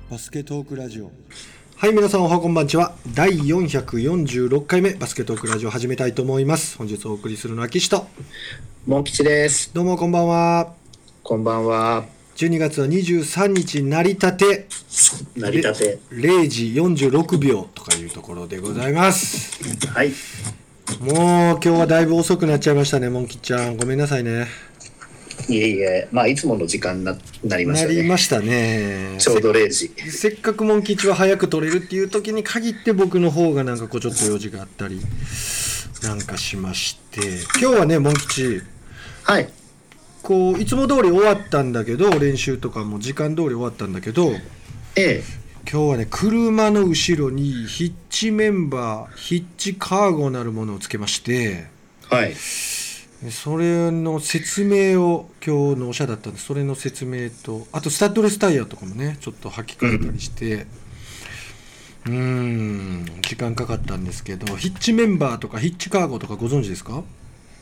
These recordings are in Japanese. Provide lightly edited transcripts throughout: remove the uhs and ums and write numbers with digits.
バスケトークラジオ。 はい、皆さんおはこんばんちは。第446回目バスケトークラジオ始めたいと思います。本日お送りするのは岸とモン吉です。 どうもこんばんは。 こんばんは。 12月の23日成り立て0時46秒とかいうところでございます。 はい。 もう今日はだいぶ遅くなっちゃいましたね、モン吉ちゃん。ごめんなさいね。 いえいえ、まあいつもの時間に なりましたね。 なりましたね。 ちょうど0時。 せっかくモン吉は早く撮れるっていう時に限って僕の方がなんかこうちょっと用事があったりなんかしまして、今日はねモン吉、 はい。 こういつも通り終わったんだけど、練習とかも時間通り終わったんだけど、 ええ。 今日はね車の後ろにヒッチメンバー、ヒッチカーゴなるものをつけまして、 はい。 それの説明を今日納車だったんで、それの説明と、あとスタッドレスタイヤとかもねちょっと履き替えたりして、時間かかったんですけど、ヒッチメンバーとかヒッチカーゴとかご存知ですか？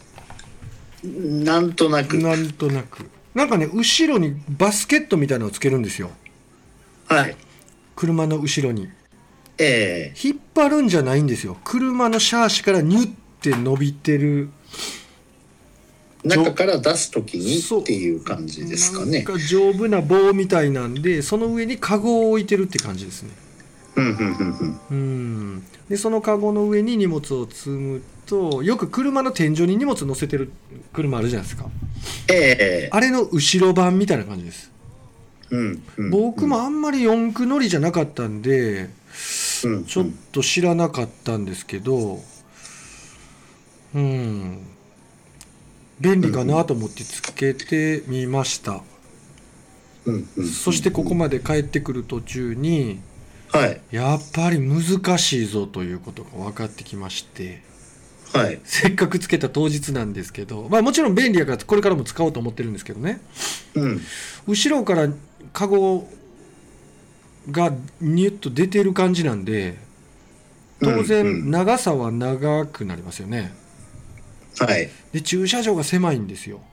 なんとなく。 なんとなく。なんかね、後ろにバスケットみたいなのをつけるんですよ。 はい。 車の後ろに。 ええ。 引っ張るんじゃないんですよ。車のシャーシからニュッて伸びてる。 中から出すときにっていう感じですかね。 なんか丈夫な棒みたいなんで、その上にカゴを置いてるって感じですね。で、そのカゴの上に荷物を積むと、よく車の天井に荷物乗せてる車あるじゃないですか。 ええ。 あれの後ろ版みたいな感じです。僕もあんまり四駆乗りじゃなかったんで、ちょっと知らなかったんですけど、便利かなと思ってつけてみました。そしてここまで帰ってくる途中に、 はい、 やっぱり難しいぞということが分かってきまして、 はい、 せっかくつけた当日なんですけど、まあもちろん便利やからこれからも使おうと思ってるんですけどね、後ろからカゴがニュッと出てる感じなんで、当然長さは長くなりますよね。 はい。 で駐車場が狭いんですよ。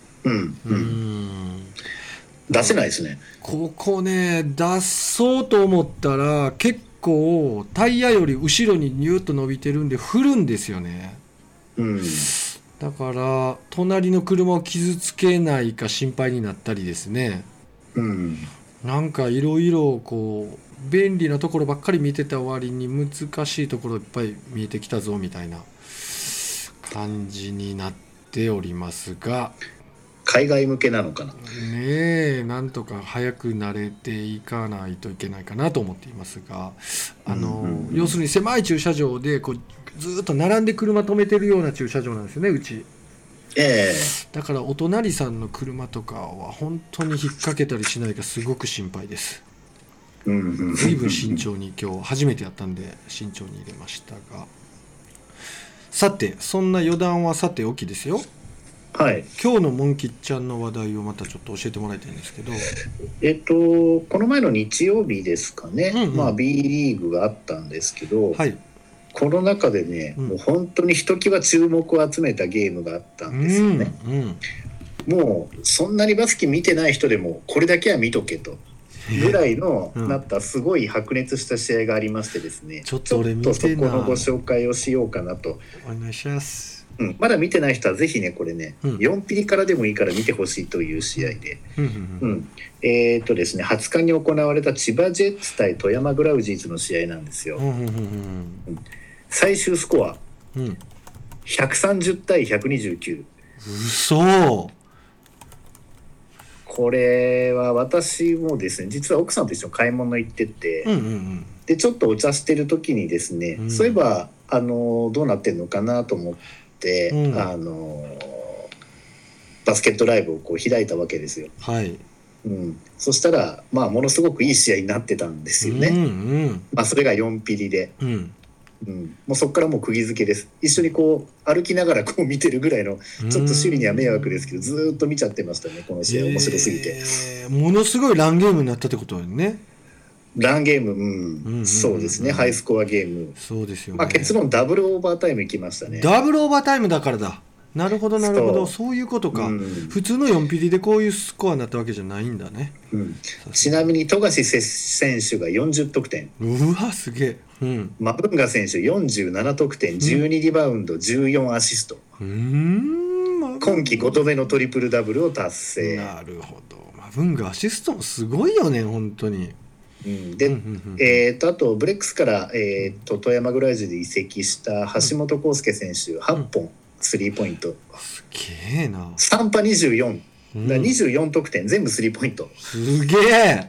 出せないですね。 ここね、出そうと思ったら結構タイヤより後ろにニューッと伸びてるんで振るんですよね。だから隣の車を傷つけないか心配になったりですね。なんかいろいろこう便利なところばっかり見てた割に難しいところいっぱい見えてきたぞみたいな感じになっておりますが、 海外向けなのかな。 ねえ、なんとか早く慣れていかないといけないかなと思っていますが、要するに狭い駐車場でこうずっと並んで車止めてるような駐車場なんですよね、うち。だからお隣さんの車とかは本当に引っ掛けたりしないかすごく心配です。随分慎重に、今日初めてやったんで慎重に入れましたが、さてそんな余談はさておきですよ。 はい、 今日のモンキッちゃんの話題をまたちょっと教えてもらいたいんですけど、 この前の日曜日ですかね、B リーグがあったんですけど、この中でね、もう本当にひときわ注目を集めたゲームがあったんですよね。もうそんなにバスケ見てない人でもこれだけは見とけとぐらいのなったすごい白熱した試合がありましてですね、ちょっとそこのご紹介をしようかなと。 お願いします。 まだ見てない人はぜひねこれね、4ピリからでもいいから見てほしいという試合で、ですね、20日に行われた千葉ジェッツ対富山グラウジーズの試合なんですよ。最終スコア、130対129。 嘘。 これは私もですね、実は奥さんと一緒に買い物行ってて、でちょっとお茶してる時にですね、そういえばどうなってるのかなと思って、バスケットライブをこう開いたわけですよ。そしたら、ものすごくいい試合になってたんですよね。それが4ピリで、もうそこからもう釘付けです。一緒にこう歩きながらこう見てるぐらいの、ちょっと周囲には迷惑ですけどずっと見ちゃってましたね、この試合。面白すぎて、 ものすごいランゲームになったってことだよね。 ランゲーム、そうですね、ハイスコアゲーム。 そうですよね。 結論ダブルオーバータイムいきましたね。 ダブルオーバータイムだからだ。 なるほどなるほど、そういうことか、普通の4ピリでこういうスコアになったわけじゃないんだね。 ちなみに富樫選手が40得点、 うわすげえ、 マブンガ選手47得点、12リバウンド、14アシスト、今季5度目のトリプルダブルを達成。 なるほど、マブンガアシストもすごいよね本当に。 で、あとブレックスから、富山グライジで移籍した橋本康介選手8本スリーポイント、 すげえな。 スタンパ24、24得点全部スリーポイント、 すげえ。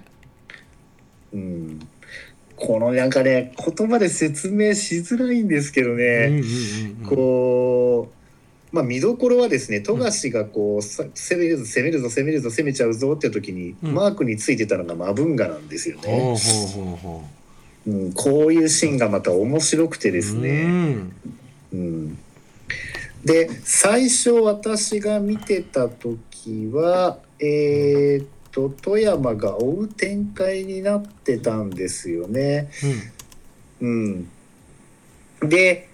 このなんかね言葉で説明しづらいんですけどね、こう見どころはですね、富樫がこう攻めるぞ攻めちゃうぞって時に、マークについてたのがマブンガなんですよね。こういうシーンがまた面白くてですね、で最初私が見てた時は富山が追う展開になってたんですよね。で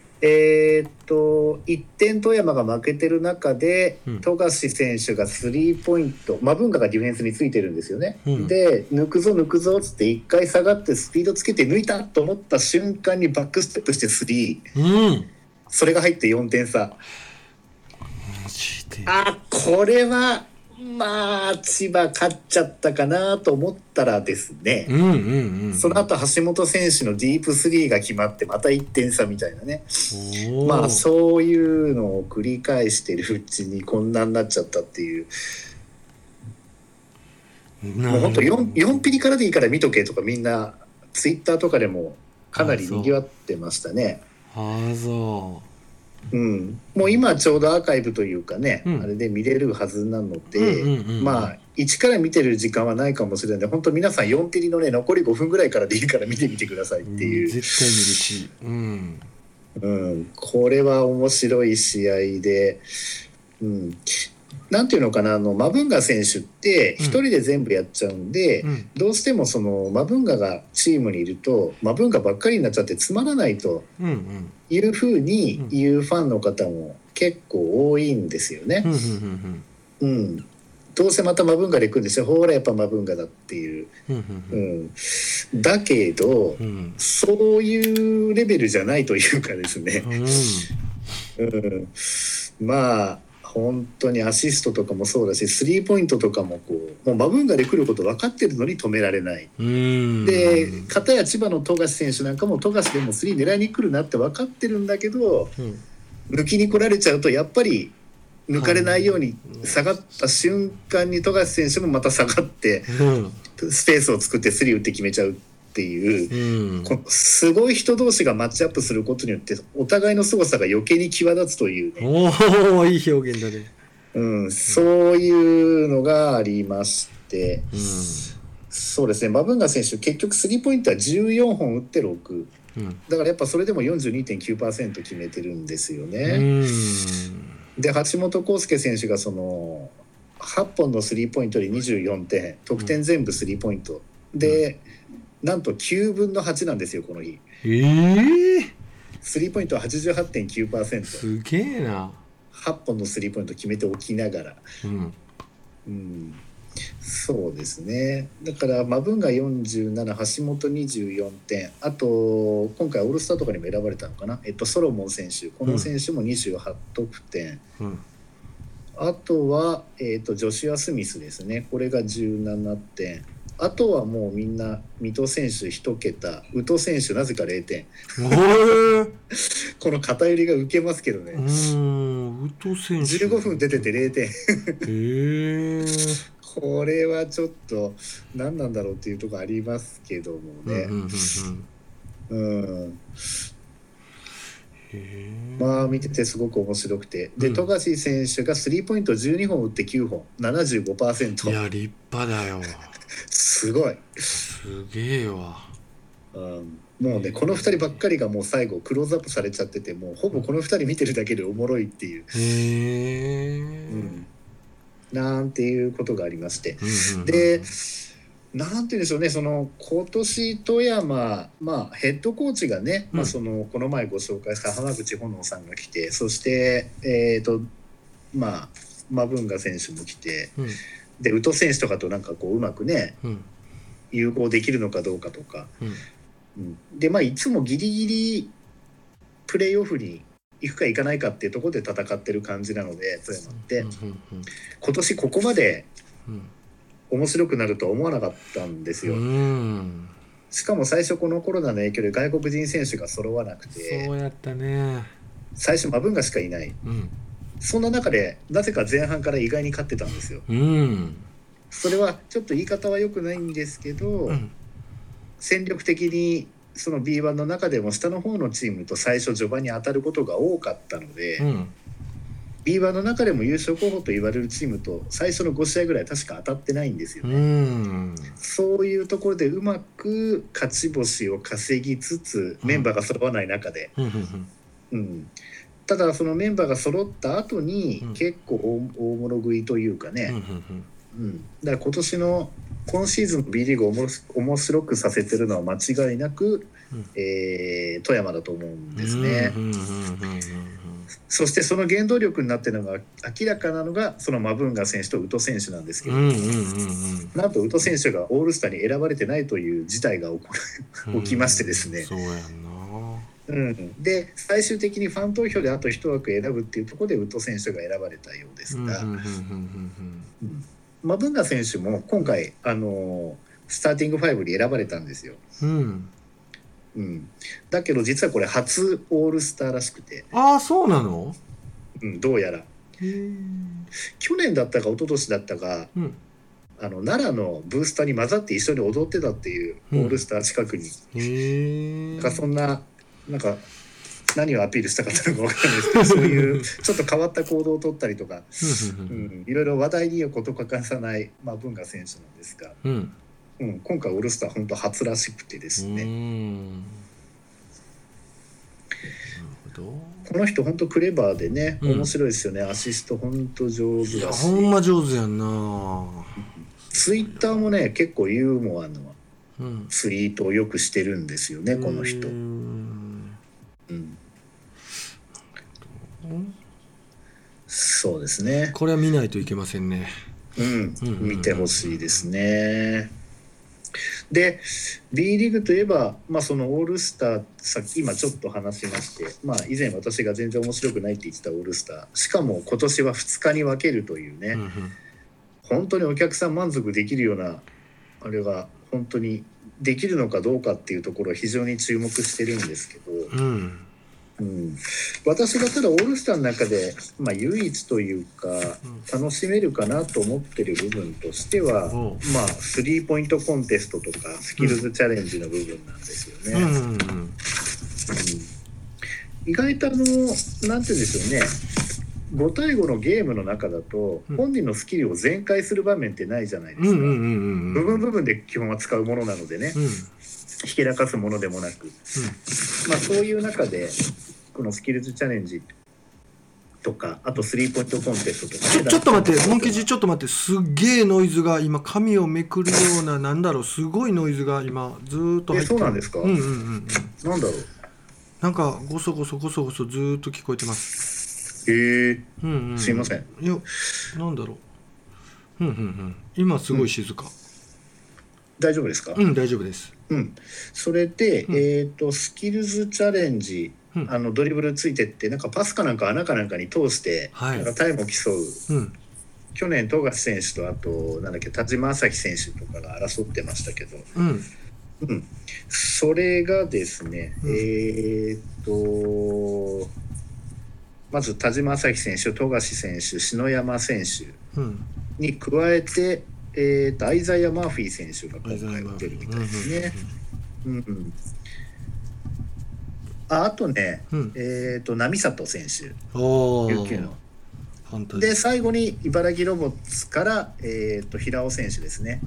1点富山が負けてる中で、富樫選手がスリーポイント、マブンガがディフェンスについてるんですよね、で抜くぞっつって1回下がってスピードつけて抜いたと思った瞬間にバックステップしてスリー、それが入って4点差。これは千葉勝っちゃったかなと思ったらですね、その後橋本選手のディープスリーが決まってまた1点差みたいなね、そういうのを繰り返してるうちにこんなになっちゃったっていう。もうほんと 4ピリからでいいから見とけとか、みんなツイッターとかでもかなりにぎわってましたね。もう今ちょうどアーカイブというかね、あれで見れるはずなので、一から見てる時間はないかもしれないので、本当皆さん4ピリのね残り5分ぐらいからでいいから見てみてくださいっていう、 絶対見るし、 これは面白い試合で、なんていうのかな、マブンガ選手って一人で全部やっちゃうんで、どうしてもそのマブンガがチームにいるとマブンガばっかりになっちゃってつまらないというふうに言うファンの方も結構多いんですよね。どうせまたマブンガで行くんですよ、ほらやっぱマブンガだっていう、だけど、そういうレベルじゃないというかですね、本当にアシストとかもそうだし、スリーポイントとかももうマブンガで来ること分かってるのに止められない。で片や千葉の富樫選手なんかも富樫でもスリー狙いに来るなって分かってるんだけど、抜きに来られちゃうとやっぱり抜かれないように下がった瞬間に富樫選手もまた下がって、スペースを作ってスリー打って決めちゃうっていう、このすごい人同士がマッチアップすることによってお互いの凄さが余計に際立つというね、 いい表現だね。 そういうのがありまして、そうですね、マブンガ選手結局スリーポイントは14本打って6、だからやっぱそれでも 42.9% 決めてるんですよね。で橋本康介選手がその8本のスリーポイントで24点、得点全部スリーポイントで、なんと9分の8なんですよこの日。スリーポイントは 88.9%、 すげえな。 8本のスリーポイント決めておきながら、そうですね。だからマブンガ47、橋本24点、あと今回オールスターとかにも選ばれたのかな、ソロモン選手、この選手も28得点、あとは、ジョシュア・スミスですね、これが17点、あとはもうみんな水戸選手1桁、宇都選手なぜか0点この偏りが受けますけどね。宇都選手 15分出てて0点これはちょっと何なんだろうっていうところありますけどもね。見ててすごく面白くて、で富樫選手がスリーポイント12本打って9本 75%。 いや立派だよすごい、 すげえわ。 もうねこの2人ばっかりがもう最後クローズアップされちゃってて、もうほぼこの2人見てるだけでおもろいっていう、なんていうことがありまして、でなんていうんでしょうね、その今年富山、ヘッドコーチがね、そのこの前ご紹介した浜口穂野さんが来て、そしてマブンガ選手も来て、 うん、 でウト選手とかとなんかこううまくね、 うん、 融合できるのかどうかとか、 うん、 でいつもギリギリプレーオフに行くか行かないかっていうところで戦ってる感じなので、富山って、今年ここまで面白くなるとは思わなかったんですよ。しかも最初このコロナの影響で外国人選手が揃わなくて、 そうやったね。 最初マブンガしかいない、そんな中でなぜか前半から意外に勝ってたんですよ。それはちょっと言い方は良くないんですけど、戦力的にその B1 の中でも下の方のチームと最初序盤に当たることが多かったので、B1 の中でも優勝候補と言われるチームと最初の5試合ぐらい確か当たってないんですよね。そういうところでうまく勝ち星を稼ぎつつメンバーが揃わない中で、ただそのメンバーが揃った後に結構大物食いというかね、だから今シーズンの B リーグを面白くさせてるのは間違いなく、富山だと思うんですね。そしてその原動力になっているのが明らかなのがそのマブンガ選手とウト選手なんですけど、なんとウト選手がオールスターに選ばれてないという事態が起きましてですね。 そうやんな。 で最終的にファン投票であと1枠選ぶっていうところでウト選手が選ばれたようですが、マブンガ選手も今回スターティング5に選ばれたんですよ。だけど実はこれ初オールスターらしくて。 ああ、そうなの？ どうやら去年だったか一昨年だったか、奈良のブースターに混ざって一緒に踊ってたっていう、オールスター近くに、なんかそんななんか何をアピールしたかったのか分からないですけど、そういうちょっと変わった行動を取ったりとかいろいろ話題には事欠かさないマブンガ選手なんですが、今回オールスター本当初らしくてですね。この人本当クレバーでね、面白いですよね。アシスト本当上手だし、 ほんま上手やんな。 ツイッターもね結構ユーモアのツイートをよくしてるんですよね、この人。そうですね。 これは見ないといけませんね。 見てほしいですね。で B リーグといえば、そのオールスター、さっき今ちょっと話しまして、以前私が全然面白くないって言ってたオールスター、しかも今年は2日に分けるというね、本当にお客さん満足できるようなあれが本当にできるのかどうかっていうところを非常に注目してるんですけど、私がただオールスターの中で、唯一というか楽しめるかなと思ってる部分としては、スリーポイントコンテストとかスキルズチャレンジの部分なんですよね。意外となんて言うんでしょうね、5対5のゲームの中だと本人のスキルを全開する場面ってないじゃないですか。部分で基本は使うものなのでね、ひけらかすものでもなく、そういう中でこのスキルズチャレンジとか、あとスリーポイントコンテストとか、 ちょっと待って、モン吉、ちょっと待って、すっげえノイズが今紙をめくるような、なんだろう、すごいノイズが今ずーっと入ってる。 そうなんですか？なんだろう、 なんかゴソゴソずーっと聞こえてます。 すいません。 いや、なんだろう、今すごい静か。 大丈夫ですか？ 大丈夫です。 それで、スキルズチャレンジ、ドリブルついてってなんかパスかなんか穴かなんかに通して、なんかタイムを競う、去年富樫選手とあとなんだっけ田島朝日選手とかが争ってましたけど、それがですね、まず田島朝日選手、富樫選手、篠山選手に加えて、アイザイア・マーフィー選手が今回は出るみたいですね。あとね、並里選手、琉球の。で最後に茨城ロボッツから、平尾選手ですね。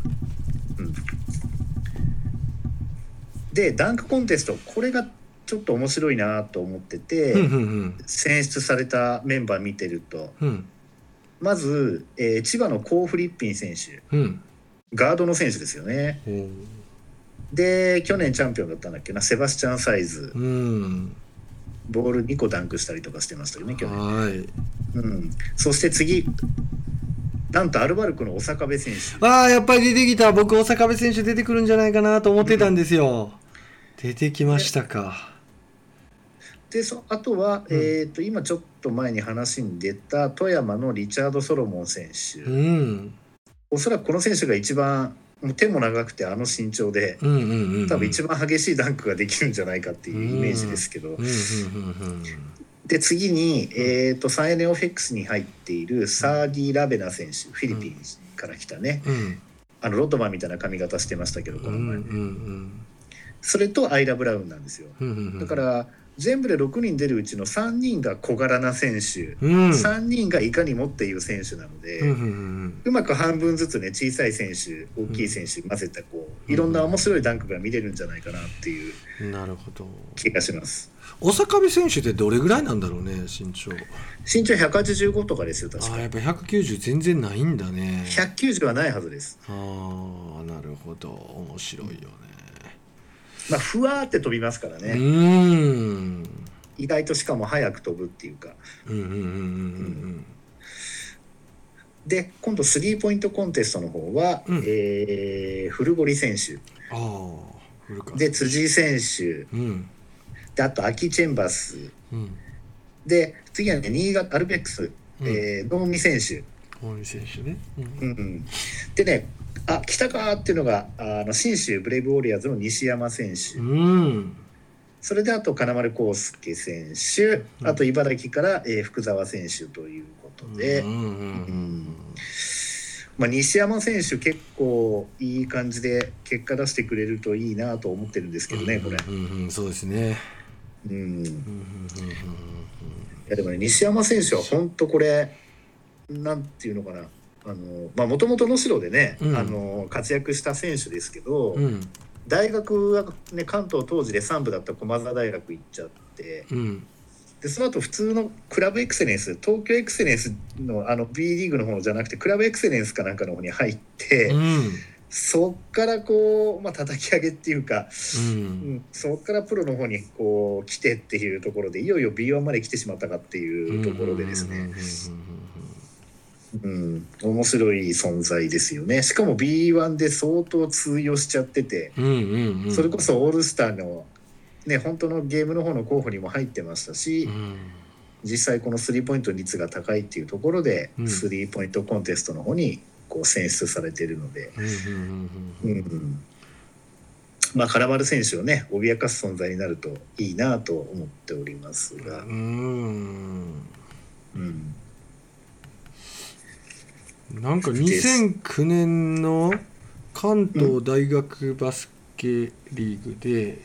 でダンクコンテスト、これがちょっと面白いなと思ってて、選出されたメンバー見てると、まず、千葉のコー・フリッピン選手、ガードの選手ですよね。で去年チャンピオンだったんだっけな、セバスチャン・サイズ、 ボール2個ダンクしたりとかしてましたよね去年。 はい、 そして次なんとアルバルクの長壁選手。 やっぱり出てきた。僕長壁選手出てくるんじゃないかなと思ってたんですよ、出てきましたか。 であとは、今ちょっと前に話に出た富山のリチャード・ソロモン選手、おそらくこの選手が一番もう手も長くて身長で、多分一番激しいダンクができるんじゃないかっていうイメージですけど、で次に、サンエネオフェックスに入っているサーディ・ラベナ選手、フィリピンから来たね、ロッドマンみたいな髪型してましたけどこの前ね、それとアイラ・ブラウンなんですよ。だから全部で6人出るうちの3人が小柄な選手、3人がいかにもっていう選手なので、うまく半分ずつね小さい選手大きい選手混ぜたいろんな面白いダンクが見れるんじゃないかなっていう気がします。 長壁選手ってどれぐらいなんだろうね身長 185とかですよ確か。 やっぱ190全然ないんだね。 190はないはずです。 なるほど、面白いよね。 ふわーって飛びますからね。意外としかも早く飛ぶっていうか。で今度スリーポイントコンテストの方は、古堀選手で辻井選手、であとアキ・チェンバス、で次はね新潟アルベックス、能見選手。 能見選手ね。 でね来たかっていうのが信州ブレイブウォリアーズの西山選手、それであと金丸康介選手、あと茨城から、福澤選手ということで、西山選手結構いい感じで結果出してくれるといいなと思ってるんですけどねこれ。 そうですね。 いやでもね西山選手は本当これなんていうのかな、もともと能代でね、活躍した選手ですけど、大学は、ね、関東当時で3部だった駒澤大学行っちゃって、でその後普通のクラブエクセレンス東京エクセレンスのB リーグの方じゃなくてクラブエクセレンスかなんかの方に入って、そっから叩き上げっていうか、そっからプロの方に来てっていうところでいよいよ B1 まで来てしまったかっていうところでですね、面白い存在ですよね。しかも B1 で相当通用しちゃってて、それこそオールスターの、ね、本当のゲームの方の候補にも入ってましたし、実際このスリーポイント率が高いっていうところで、スリーポイントコンテストの方に選出されているので、金丸選手をね脅かす存在になるといいなと思っておりますが、 なんか2009年の関東大学バスケリーグで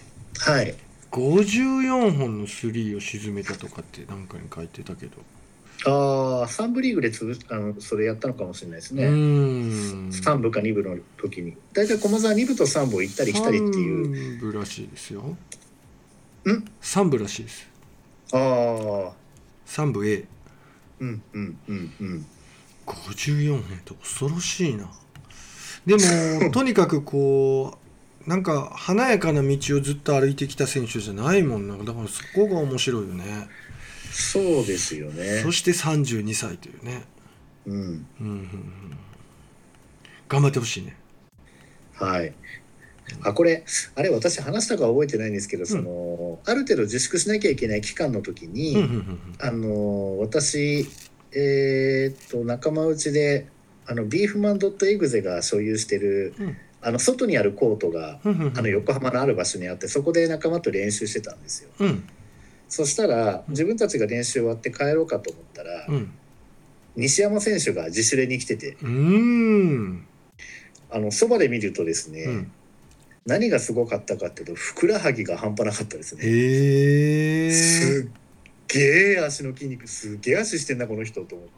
54本のスリーを沈めたとかってなんかに書いてたけど、 3部リーグでそれやったのかもしれないですね。3部か2部の時にだいたい駒澤2部と3部を行ったり来たりっていう 3部らしいですよ。3部らしいです。3部 A。 54本って恐ろしいな。でもとにかくなんか華やかな道をずっと歩いてきた選手じゃないもんな。だからそこが面白いよね。 そうですよね。 そして32歳というね。頑張ってほしいね。 はい。これ私話したか覚えてないんですけど、ある程度自粛しなきゃいけない期間の時に、私仲間内でビーフマンドットエグゼが所有してる、外にあるコートが横浜のある場所にあって、そこで仲間と練習してたんですよ。そしたら自分たちが練習終わって帰ろうかと思ったら、西山選手が自主練に来てて、そばで見るとですね、何がすごかったかっていうとふくらはぎが半端なかったですね。すっげえ足の筋肉、すっげえ足してんなこの人と思って。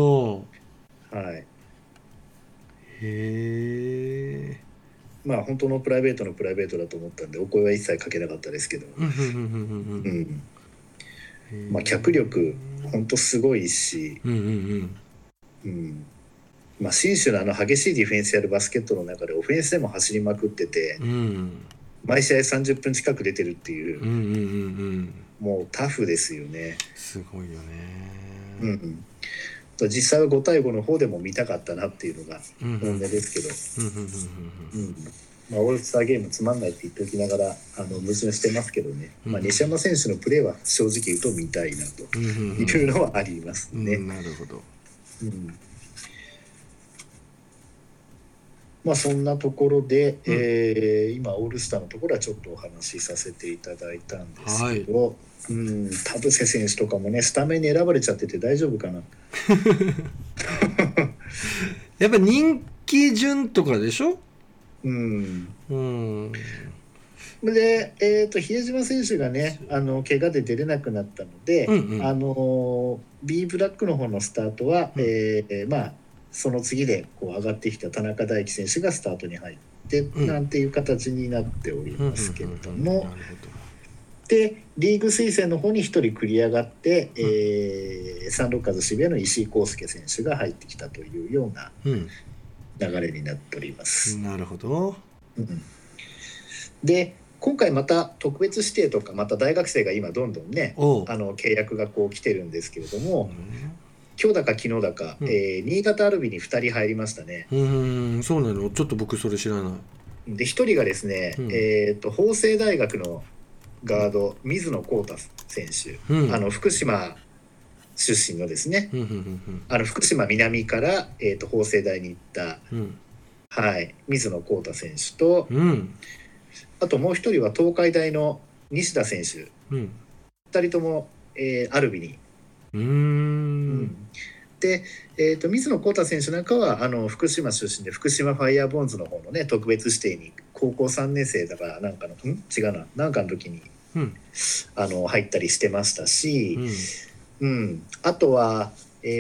本当のプライベートのプライベートだと思ったんでお声は一切かけなかったですけど、脚力本当すごいし、信州の激しいディフェンスやるバスケットの中でオフェンスでも走りまくってて、 毎試合30分近く出てるっていう、 うんうんうんうん、 もうタフですよね。 すごいよね。 うん、実際は5対5の方でも見たかったなっていうのが本音ですけど、オールスターゲームつまんないって言っておきながら矛盾してますけどね、西山選手のプレーは正直言うと見たいなというのはありますね。 なるほど。 そんなところで、今オールスターのところはちょっとお話しさせていただいたんですけど、田臥選手とかもねスタメンに選ばれちゃってて大丈夫かなやっぱ人気順とかでしょ。 で、比江島選手がね怪我で出れなくなったので、B ブラックの方のスタートは、その次でこう上がってきた田中大輝選手がスタートに入ってなんていう形になっておりますけれども、でリーグ推薦の方に1人繰り上がって、サンロッカーズ渋谷の石井康介選手が入ってきたというような流れになっております。 なるほど。 で今回また特別指定とかまた大学生が今どんどんね契約がこう来てるんですけれども、今日だか昨日だか、新潟アルビに2人入りましたね。 そうなの。ちょっと僕それ知らない。 で1人がですね、法政大学のガード水野幸太選手、福島出身のですね、福島南から、法政大に行った、水野幸太選手と、あともう一人は東海大の西田選手、2人とも、アルビに。で、水野幸太選手なんかは福島出身で福島ファイヤーボンズの方のね特別指定に高校3年生だからなんかの違うななんかの時に、入ったりしてましたし、あとは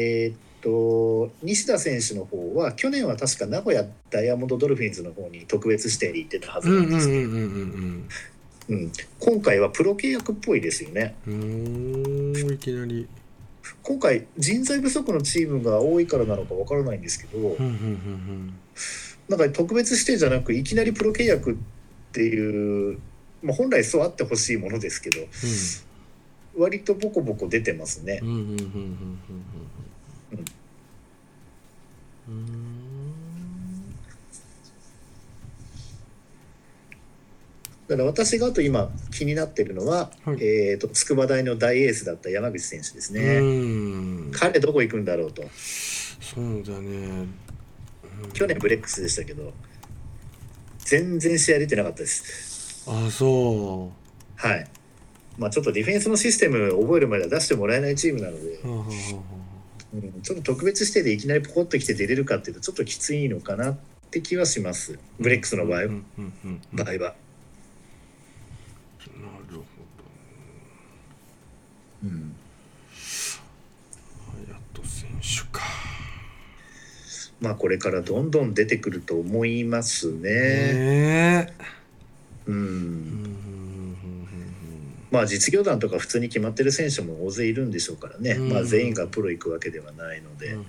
西田選手の方は去年は確か名古屋ダイヤモンドドルフィンズの方に特別指定に行ってたはずなんですけど、今回はプロ契約っぽいですよね。 いきなり今回人材不足のチームが多いからなのかわからないんですけど、なんか特別指定じゃなくいきなりプロ契約っていう、本来そうあってほしいものですけど、割とボコボコ出てますね。だから私があと今気になってるのは、筑波大の大エースだった山口選手ですね。彼どこ行くんだろうと。 そうだね。 去年ブレックスでしたけど全然試合出てなかったです。 そう。 はい。ちょっとディフェンスのシステムを覚えるまでは出してもらえないチームなので、ちょっと特別指定でいきなりポコッと来て出れるかっていうとちょっときついのかなって気はします。ブレックスの場合は。 なるほど。隼人選手か。 これからどんどん出てくると思いますね。実業団とか普通に決まってる選手も大勢いるんでしょうからね、全員がプロ行くわけではないので、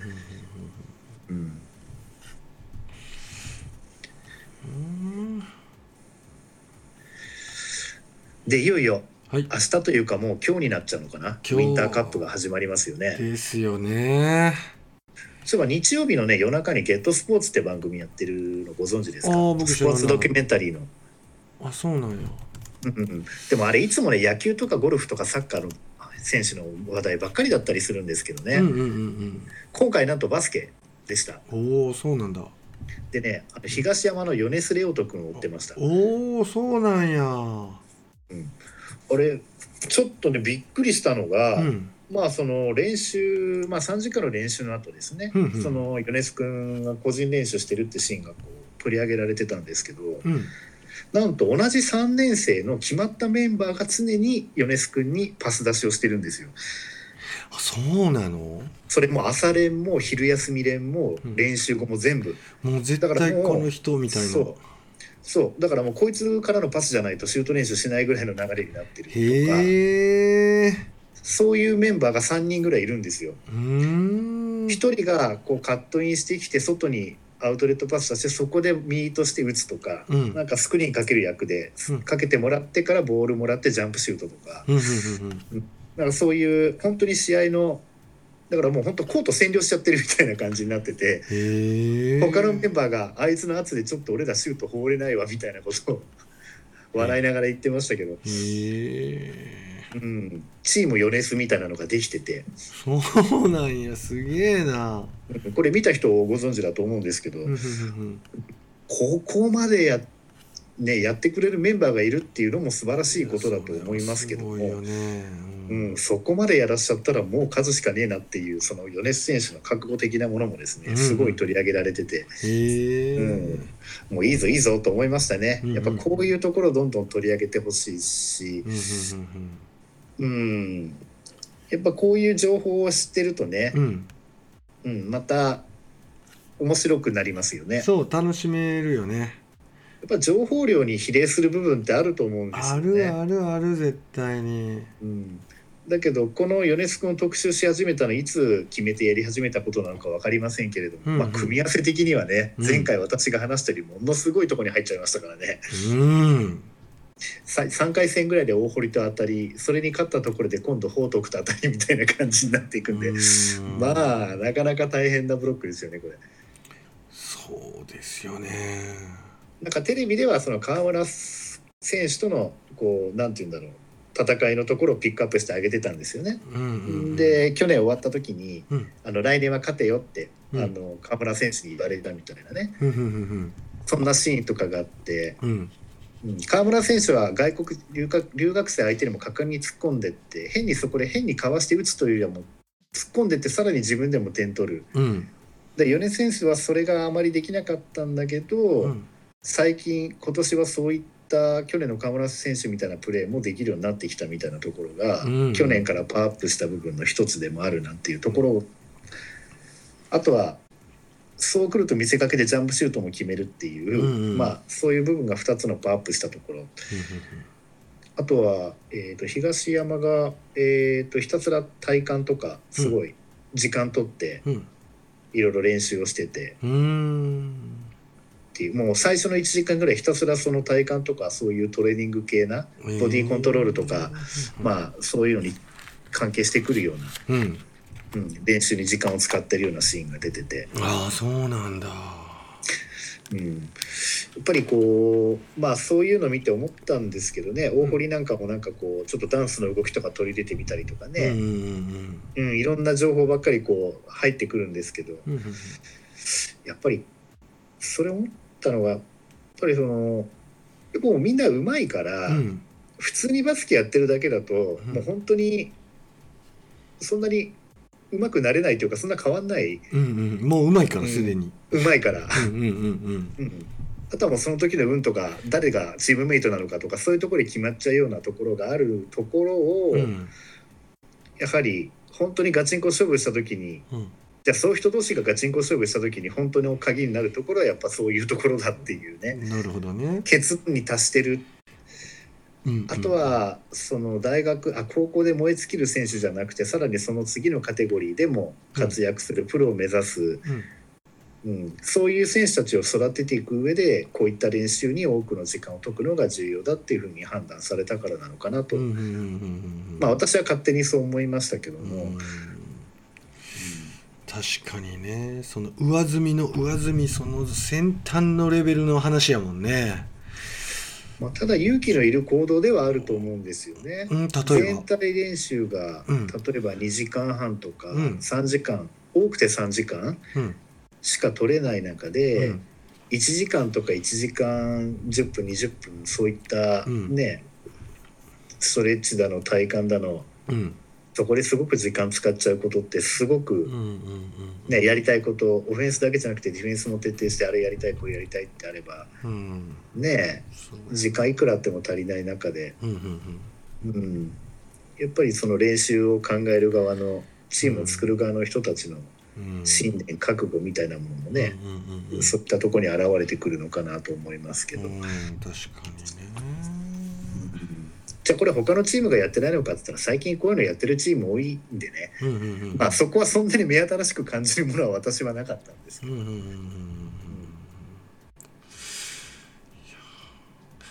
でいよいよ明日というかもう今日になっちゃうのかな、ウィンターカップが始まりますよね。 ですよね。 そういえば日曜日のね夜中にゲットスポーツって番組やってるのご存知ですか？スポーツドキュメンタリーの。 そうなんや。 でもあれいつもね野球とかゴルフとかサッカーの選手の話題ばっかりだったりするんですけどね、今回なんとバスケでした。 そうなんだ。 でね東山の米須レオト君を追ってました。 そうなんや。 あれちょっとねびっくりしたのが、その練習、3時間の練習の後ですね、その米須君が個人練習してるってシーンがこう取り上げられてたんですけど、なんと同じ3年生の決まったメンバーが常に米須君にパス出しをしてるんですよ。 そうなの？ それも朝練も昼休み練も練習後も全部、 もう絶対この人みたいな。 そうだからもうこいつからのパスじゃないとシュート練習しないぐらいの流れになってるとか、そういうメンバーが3人ぐらいいるんですよ。1人がこうカットインしてきて外にアウトレットパス出してそこで右として打つとか、なんかスクリーンかける役で、かけてもらってからボールもらってジャンプシュートとか、なんかそういう本当に試合のだからもう本当コート占領しちゃってるみたいな感じになってて、他のメンバーがあいつの圧でちょっと俺らシュート放れないわみたいなことを笑いながら言ってましたけど、チームヨネスみたいなのができてて、 そうなんや、すげえな。 これ見た人ご存知だと思うんですけど、ここまでやってくれるメンバーがいるっていうのも素晴らしいことだと思いますけども、そこまでやらしちゃったらもう数しかねえなっていう、その米津選手の覚悟的なものもですね、すごい取り上げられてて、もういいぞいいぞと思いましたね。やっぱこういうところをどんどん取り上げてほしいし、やっぱこういう情報を知ってるとね、また面白くなりますよね。 そう、楽しめるよね。 やっぱ情報量に比例する部分ってあると思うんですよね。 あるある絶対に。 だけどこの米津君を特集し始めたのいつ決めてやり始めたことなのか分かりませんけれども、組み合わせ的にはね、前回私が話したよりものすごいところに入っちゃいましたからね。3回戦ぐらいで大堀と当たり、それに勝ったところで今度報徳と当たりみたいな感じになっていくんで、まあなかなか大変なブロックですよねこれ。 そうですよね。 なんかテレビではその川村選手とのこうなんていうんだろう、戦いのところをピックアップしてあげてたんですよね。で去年終わった時に、来年は勝てよって、川村選手に言われたみたいなね、そんなシーンとかがあって、川村選手は外国留学生相手にも果敢に突っ込んでって、変にかわして打つというよりはもう突っ込んでってさらに自分でも点取る。で米津選手はそれがあまりできなかったんだけど、今年はそういった去年の川村選手みたいなプレーもできるようになってきたみたいなところが、去年からパワーアップした部分の一つでもあるなんていうところを、あとはそう来ると見せかけでジャンプシュートも決めるっていう、そういう部分が2つのパワーアップしたところ、あとは、東山が、ひたすら体幹とかすごい時間取っていろいろ練習をしてて、っていう、もう最初の1時間ぐらいひたすらその体幹とかそういうトレーニング系なボディコントロールとか、そういうのに関係してくるような、練習に時間を使ってるようなシーンが出てて、 そうなんだ。 やっぱりこうそういうの見て思ったんですけどね、大堀なんかもなんかこうちょっとダンスの動きとか取り入れてみたりとかね、いろんな情報ばっかりこう入ってくるんですけど、やっぱりそれ思ったのが、やっぱりそのもうみんな上手いから、普通にバスケやってるだけだと、もう本当にそんなに上手くなれないというか、そんな変わんない、 もう上手いからすでに、 上手いから、あとはもうその時の運とか誰がチームメイトなのかとか、そういうところで決まっちゃうようなところがあるところを、やはり本当にガチンコ勝負した時に、じゃあそういう人同士がガチンコ勝負した時に本当の鍵になるところはやっぱそういうところだっていうね。 なるほどね。 結論に達してる。あとはその高校で燃え尽きる選手じゃなくて、さらにその次のカテゴリーでも活躍する、プロを目指す、そういう選手たちを育てていく上で、こういった練習に多くの時間を解くのが重要だっていうふうに判断されたからなのかなと、私は勝手にそう思いましたけども。 確かにね、その上積みの上積み、その先端のレベルの話やもんね。 ただ勇気のいる行動ではあると思うんですよね。全体練習が、例えば2時間半とか3時間、多くて3時間しか取れない中で、1時間とか1時間10分20分そういったね、ストレッチだの体幹だの、そこですごく時間使っちゃうことってすごくやりたいこと、オフェンスだけじゃなくてディフェンスも徹底して、あれやりたいこれやりたいってあれば時間いくらあっても足りない中で、やっぱりその練習を考える側のチームを作る側の人たちの信念覚悟みたいなものもね、そういったところに現れてくるのかなと思いますけど。 確かにね。 じゃあこれ他のチームがやってないのかって言ったら、最近こういうのやってるチーム多いんでね、そこはそんなに目新しく感じるものは私はなかったんですけど、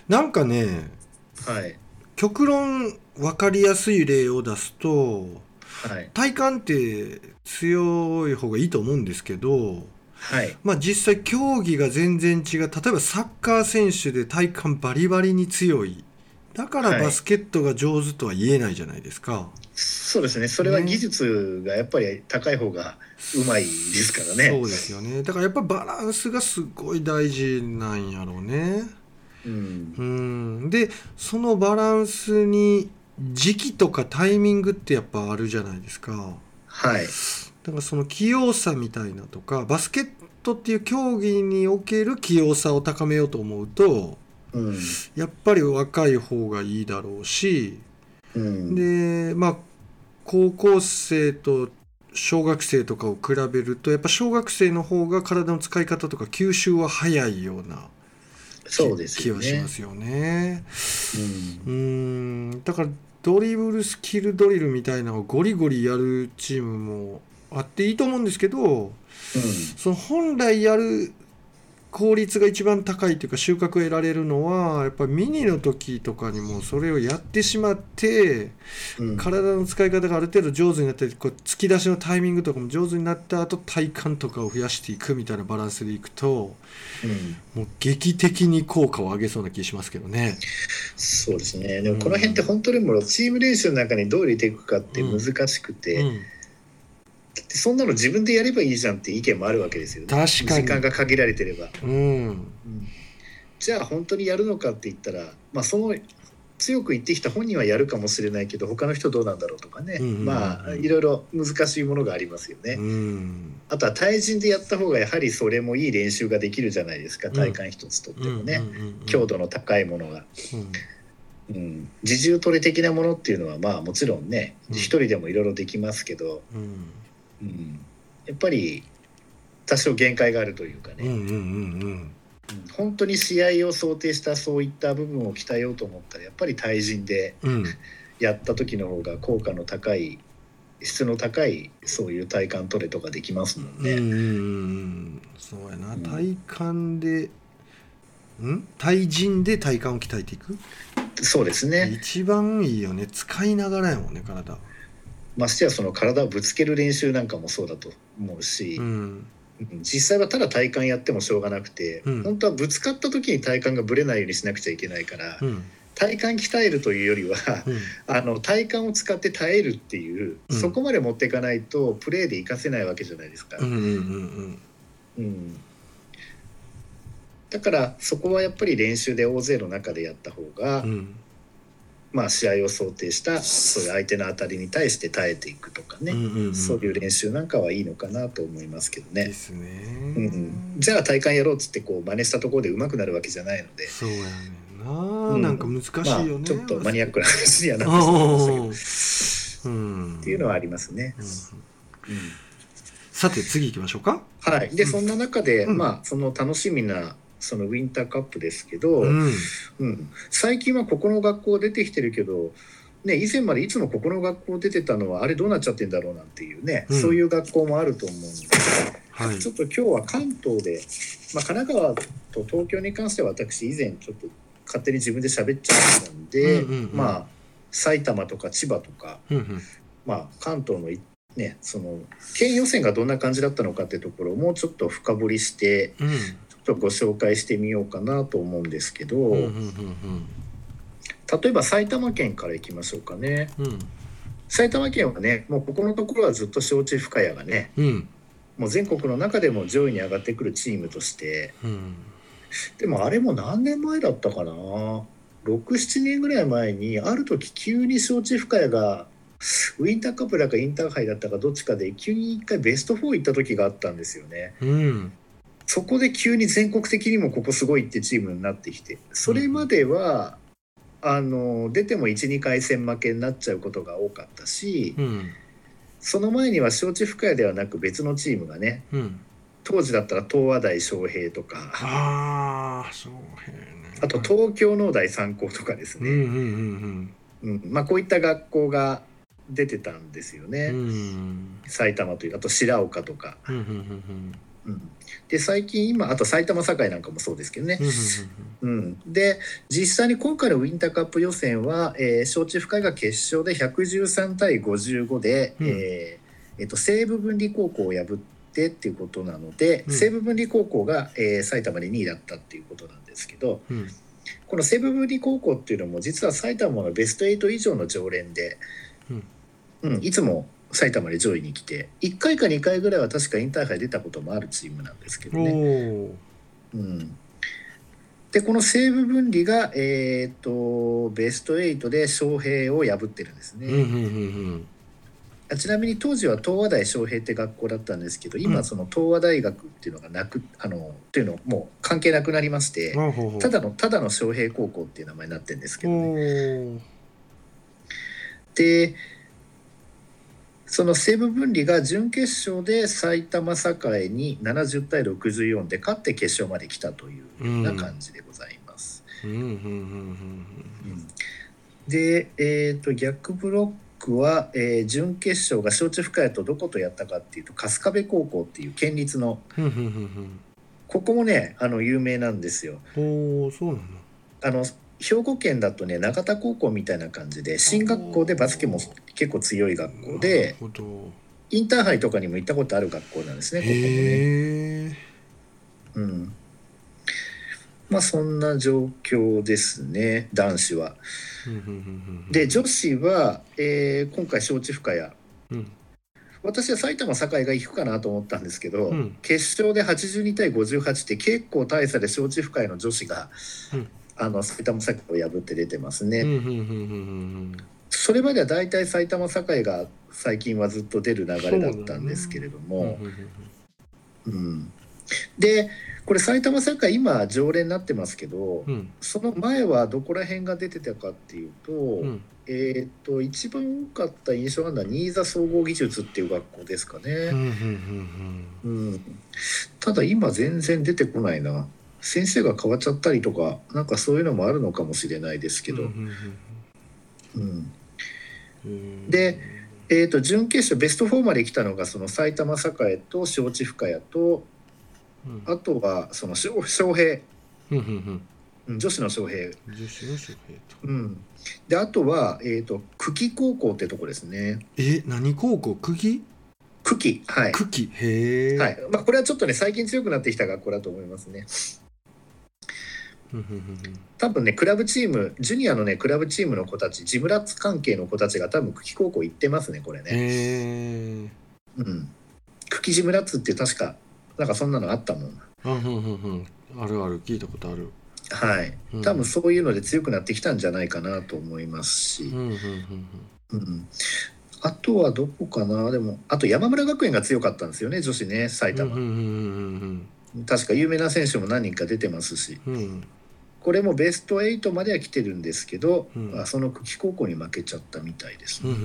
なんかね、 はい、 極論分かりやすい例を出すと、 はい、 体幹って強い方がいいと思うんですけど、 はい、 まあ実際競技が全然違う。例えばサッカー選手で体幹バリバリに強い。だからはい。 バスケットが上手とは言えないじゃないですか。 そうですね。それは技ね。 術がやっぱり高い方がうまいですからね。 そうですよね。だからやっぱバランスがすごい大事なんやろうね。 うん。 で、そのバランスに時期とかタイミングってやっぱあるじゃないですか。 はい。 だからその器用さみたいなとか、バスケットっていう競技における器用さを高めようと思うと、 うん。 やっぱり若い方がいいだろうし、 うん。 で、まあ、高校生と小学生とかを比べると、やっぱ小学生の方が体の使い方とか吸収は早いようなそうです気はしまよね。 すよね。 うん。 だからドリブルスキルドリルみたいなのをゴリゴリやるチームもあっていいと思うんですけど、 うん。 その本来やる効率が一番高いというか収穫を得られるのはやっぱりミニの時とかにもそれをやってしまってうん。 体の使い方がある程度上手になってこう突き出しのタイミングとかも上手になった後体幹とかを増やしていくみたいなバランスでいくとうん。 もう劇的に効果を上げそうな気しますけどね。 そうですね。でうもこの辺ってん本当にもうチーム練習の中にどう入れていくかってうん難しくて、 うんそんなの自分でやればいいじゃんって意見もあるわけですよね。 確かに。 時間が限られてれば。 うんうん、じゃあ本当にやるのかって言ったら、まあその強く言ってきた本人はやるかもしれないけど他の人どうなんだろうとかね、 うんうんまあいろいろ難しいものがありますよね。 うんうんあとは対人でやった方がやはりそれもいい練習ができるじゃないですか。 うんうん体幹一つとっうんうんてもね、 うん強度の高いものが、 うんうん、自重トレ的なものっていうのはまあもちろんねうん一人でもいろいろできますけど、 うんうん、やっぱり多少限界があるというかね、 うんうんうん本当に試合を想定したそういった部分を鍛えようと思ったらやっぱり対人でうんやった時の方が効果の高い質の高いそういう体幹トレとかできますもんね。 そうやな。 うん、 体幹で対人で体幹を鍛えていく。 そうですね。 一番いいよね。使いながらやもんね、体。 ましてやその体をぶつける練習なんかもそうだと思うし、 うん実際はただ体幹やってもしょうがなくて、 うん本当はぶつかった時に体幹がぶれないようにしなくちゃいけないから、 うん体幹鍛えるというよりはうん体幹を使って耐えるっていう、 うんそこまで持っていかないとプレーで活かせないわけじゃないですか。 うんうんうん、だからそこはやっぱり練習で大勢の中でやった方が、 うんまあ、試合を想定したそういう相手の当たりに対して耐えていくとかね、そういう練習なんかはいいのかなと思いますけどね。 ですうね。 ん、じゃあ体幹やろうっつってこう真似したところで上手くなるわけじゃないので、 そうやねんな。なんかうん、 難まあしいよね。 ちょっとマニアッバスケ。 クな話にはなってしまいましたけどうんっていうのはありますね。 うんうん、 さて次行きましょうか。 はい。でそんな中で、 うんまあその楽しみなそのウィンターカップですけど、 うん最近はここの学校出てきてるけど、ね、以前までいつもここの学校出てたのはあれどうなっちゃってんだろうなんていうね、そういう学校もあると思うんで、 はいちょっと今日は関東で、まあ、神奈川と東京に関しては私以前ちょっと勝手に自分で喋っちゃったんで、まあ埼玉とか千葉とか、まあ、関東のね、その県予選がどんな感じだったのかっていうところをもうちょっと深掘りしてちょっとご紹介してみようかなと思うんですけど、例えば埼玉県からいきましょうかね。埼玉県はねもうここのところはずっと承知深谷がね、もう全国の中でも上位に上がってくるチームとして、でもあれも何年前だったかな、6,7 年ぐらい前にある時急に承知深谷がウィンターカップだかインターハイだったかどっちかで急に1回ベスト4行った時があったんですよね。そこで急に全国的にもここすごいってチームになってきて、それまでは出ても 1,2 回戦負けになっちゃうことが多かったし、その前には承知深谷ではなく別のチームがね、当時だったら東亜大昌平とか、あと東京農大三高とかですね、まあこういった学校が出てたんですよね。埼玉というあと白岡とか、 うん、で最近今あと埼玉栄なんかもそうですけどね、うん、で実際に今回のウィンターカップ予選は、招致深井が決勝で113対55で、西武分離高校を破ってっていうことなので、西武分離高校が、埼玉で2位だったっていうことなんですけど、この西武分離高校っていうのも実は埼玉のベスト8以上の常連で、いつも埼玉で上位に来て1回か2回ぐらいは確かインターハイ出たこともあるチームなんですけどね。でこの西武分離が、ベスト8で昌平を破ってるんですね。ちなみに当時は東和大昌平って学校だったんですけど、今その東和大学っていうのがなくっていうのもう関係なくなりまして、ただの昌平高校っていう名前になってるんですけどね。でその西武分離が準決勝で埼玉栄に70対64で勝って決勝まで来たというような感じでございます。で、逆ブロックは、準決勝が招致深谷とどことやったかっていうと春日部高校っていう県立のここもね有名なんですよ。 そうなの。 兵庫県だとね長田高校みたいな感じで進学校でバスケも結構強い学校でインターハイとかにも行ったことある学校なんですね、ここもね。まあそんな状況ですね男子は。で女子は、今回招致深谷、私は埼玉栄が行くかなと思ったんですけど、決勝で82対58って結構大差で招致深谷の女子が、埼玉栄を破って出てますね。それまではだいたい埼玉栄が最近はずっと出る流れだったんですけれども、でこれ埼玉栄今常連になってますけど、その前はどこら辺が出てたかっていうと、一番多かった印象があるのは新座総合技術っていう学校ですかね。ただ今全然出てこないな。先生が変わっちゃったりとかなんかそういうのもあるのかもしれないですけど、で、準決勝ベスト4まで来たのがその埼玉栄と招致深谷と、あとはその昌平、女子の昌平、であとは久喜高校ってとこですね。 何高校？久喜、 はい、 久喜、へえ、 はい、まあこれはちょっとね最近強くなってきた学校だと思いますね。多分ねクラブチームジュニアのねクラブチームの子たちジムラッツ関係の子たちが多分久喜高校行ってますねこれね。久喜ジムラッツって確かなんかそんなのあったもん。 あるある、聞いたことある。 はい、多分そういうので強くなってきたんじゃないかなと思いますし、あとはどこかな。でもあと山村学園が強かったんですよね女子ね埼玉。確か有名な選手も何人か出てますし、これもベスト8までは来てるんですけど、その久喜高校に負けちゃったみたいですね。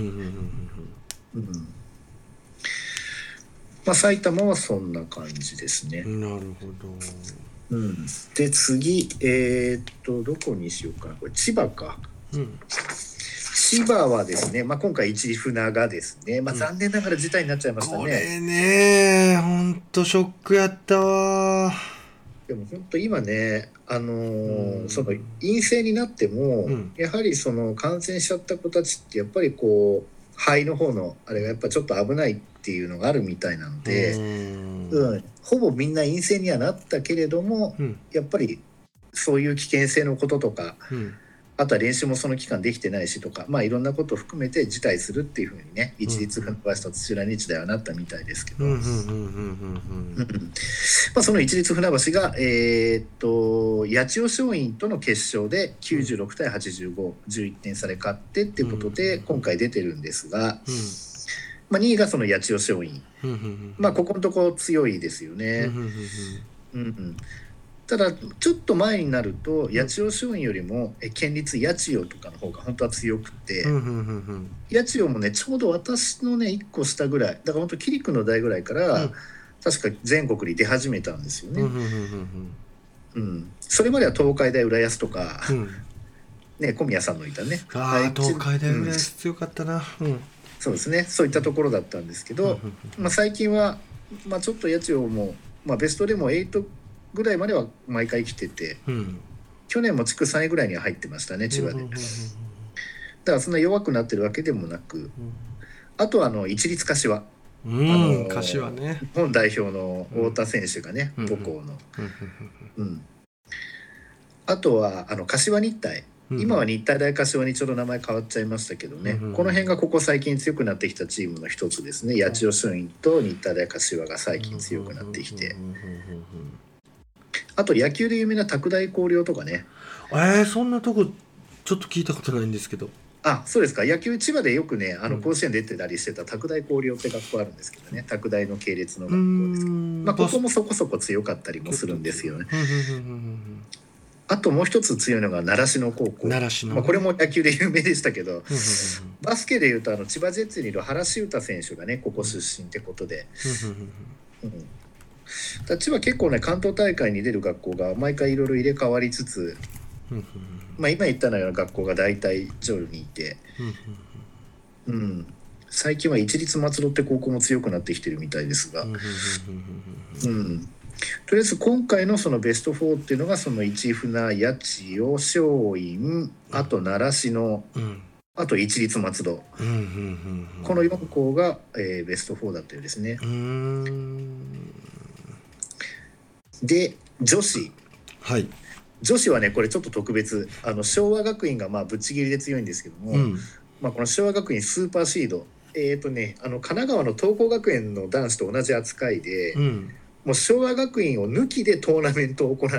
まあ、埼玉はそんな感じですね。 なるほど。 で次どこにしようかな。これ千葉か。千葉はですね、今回市船がですね、残念ながら辞退になっちゃいましたね。 これね本当ショックやったわ。 でも本当今ね、その陰性になっても、やはりその感染しちゃった子たちってやっぱりこう肺の方のあれがやっぱちょっと危ないっていうのがあるみたいなので、ほぼみんな陰性にはなったけれども、やっぱりそういう危険性のこととか、あとは練習もその期間できてないしとか、いろんなことを含めて辞退するっていうふうにね市立船橋と土浦日大はなったみたいですけど、その市立船橋が八千代松陰との決勝で96対85、11点差で勝ってっていうことで今回出てるんですが、2位がその八千代松陰、ここのところ強いですよね。ただちょっと前になると八千代松陰よりも県立八千代とかの方が本当は強くて、八千代もねちょうど私のね1個下ぐらいだから本当桐生の代ぐらいから、確か全国に出始めたんですよね。それまでは東海大浦安とか、小宮さんのいたね、 東海大浦安強かったな。 そうですね、そういったところだったんですけど、最近は、ちょっと八千代もベストでも8ぐらいまでは毎回来てて、去年も地区3位ぐらいには入ってましたね、千葉で。だからそんな弱くなってるわけでもなく、あとは市立柏、 柏ね、 日本代表の太田選手がね、母校の、あとは柏日体、今は日体大柏にちょうど名前変わっちゃいましたけどね、この辺がここ最近強くなってきたチームの一つですね。八千代松陰と日体大柏が最近強くなってきて、あと野球で有名な拓大広陵とかね。 そんなとこちょっと聞いたことないんですけど。 そうですか。野球千葉でよくね甲子園出てたりしてた拓大広陵って学校あるんですけどね、拓大の系列の学校ですけど、ここもそこそこ強かったりもするんですよね。あともう一つ強いのが習志野高校。これも野球で有名でしたけど、バスケでいうと千葉ジェッツにいる原修太選手がねここ出身ってことで、千葉結構ね関東大会に出る学校が毎回いろいろ入れ替わりつつ、今言ったような学校が大体上位にいて、最近は市立松戸って高校も強くなってきてるみたいですが、とりあえず今回のそのベスト4っていうのがその市船、八千代、松陰、あと習志野、あと市立松戸、この4校が、ベスト4だったようですね。で女子、女子はねこれちょっと特別、昭和学院がぶっちぎりで強いんですけども、この昭和学院スーパーシード、神奈川の東光学園の男子と同じ扱いで、もう昭和学院を抜きでトーナメントを行って、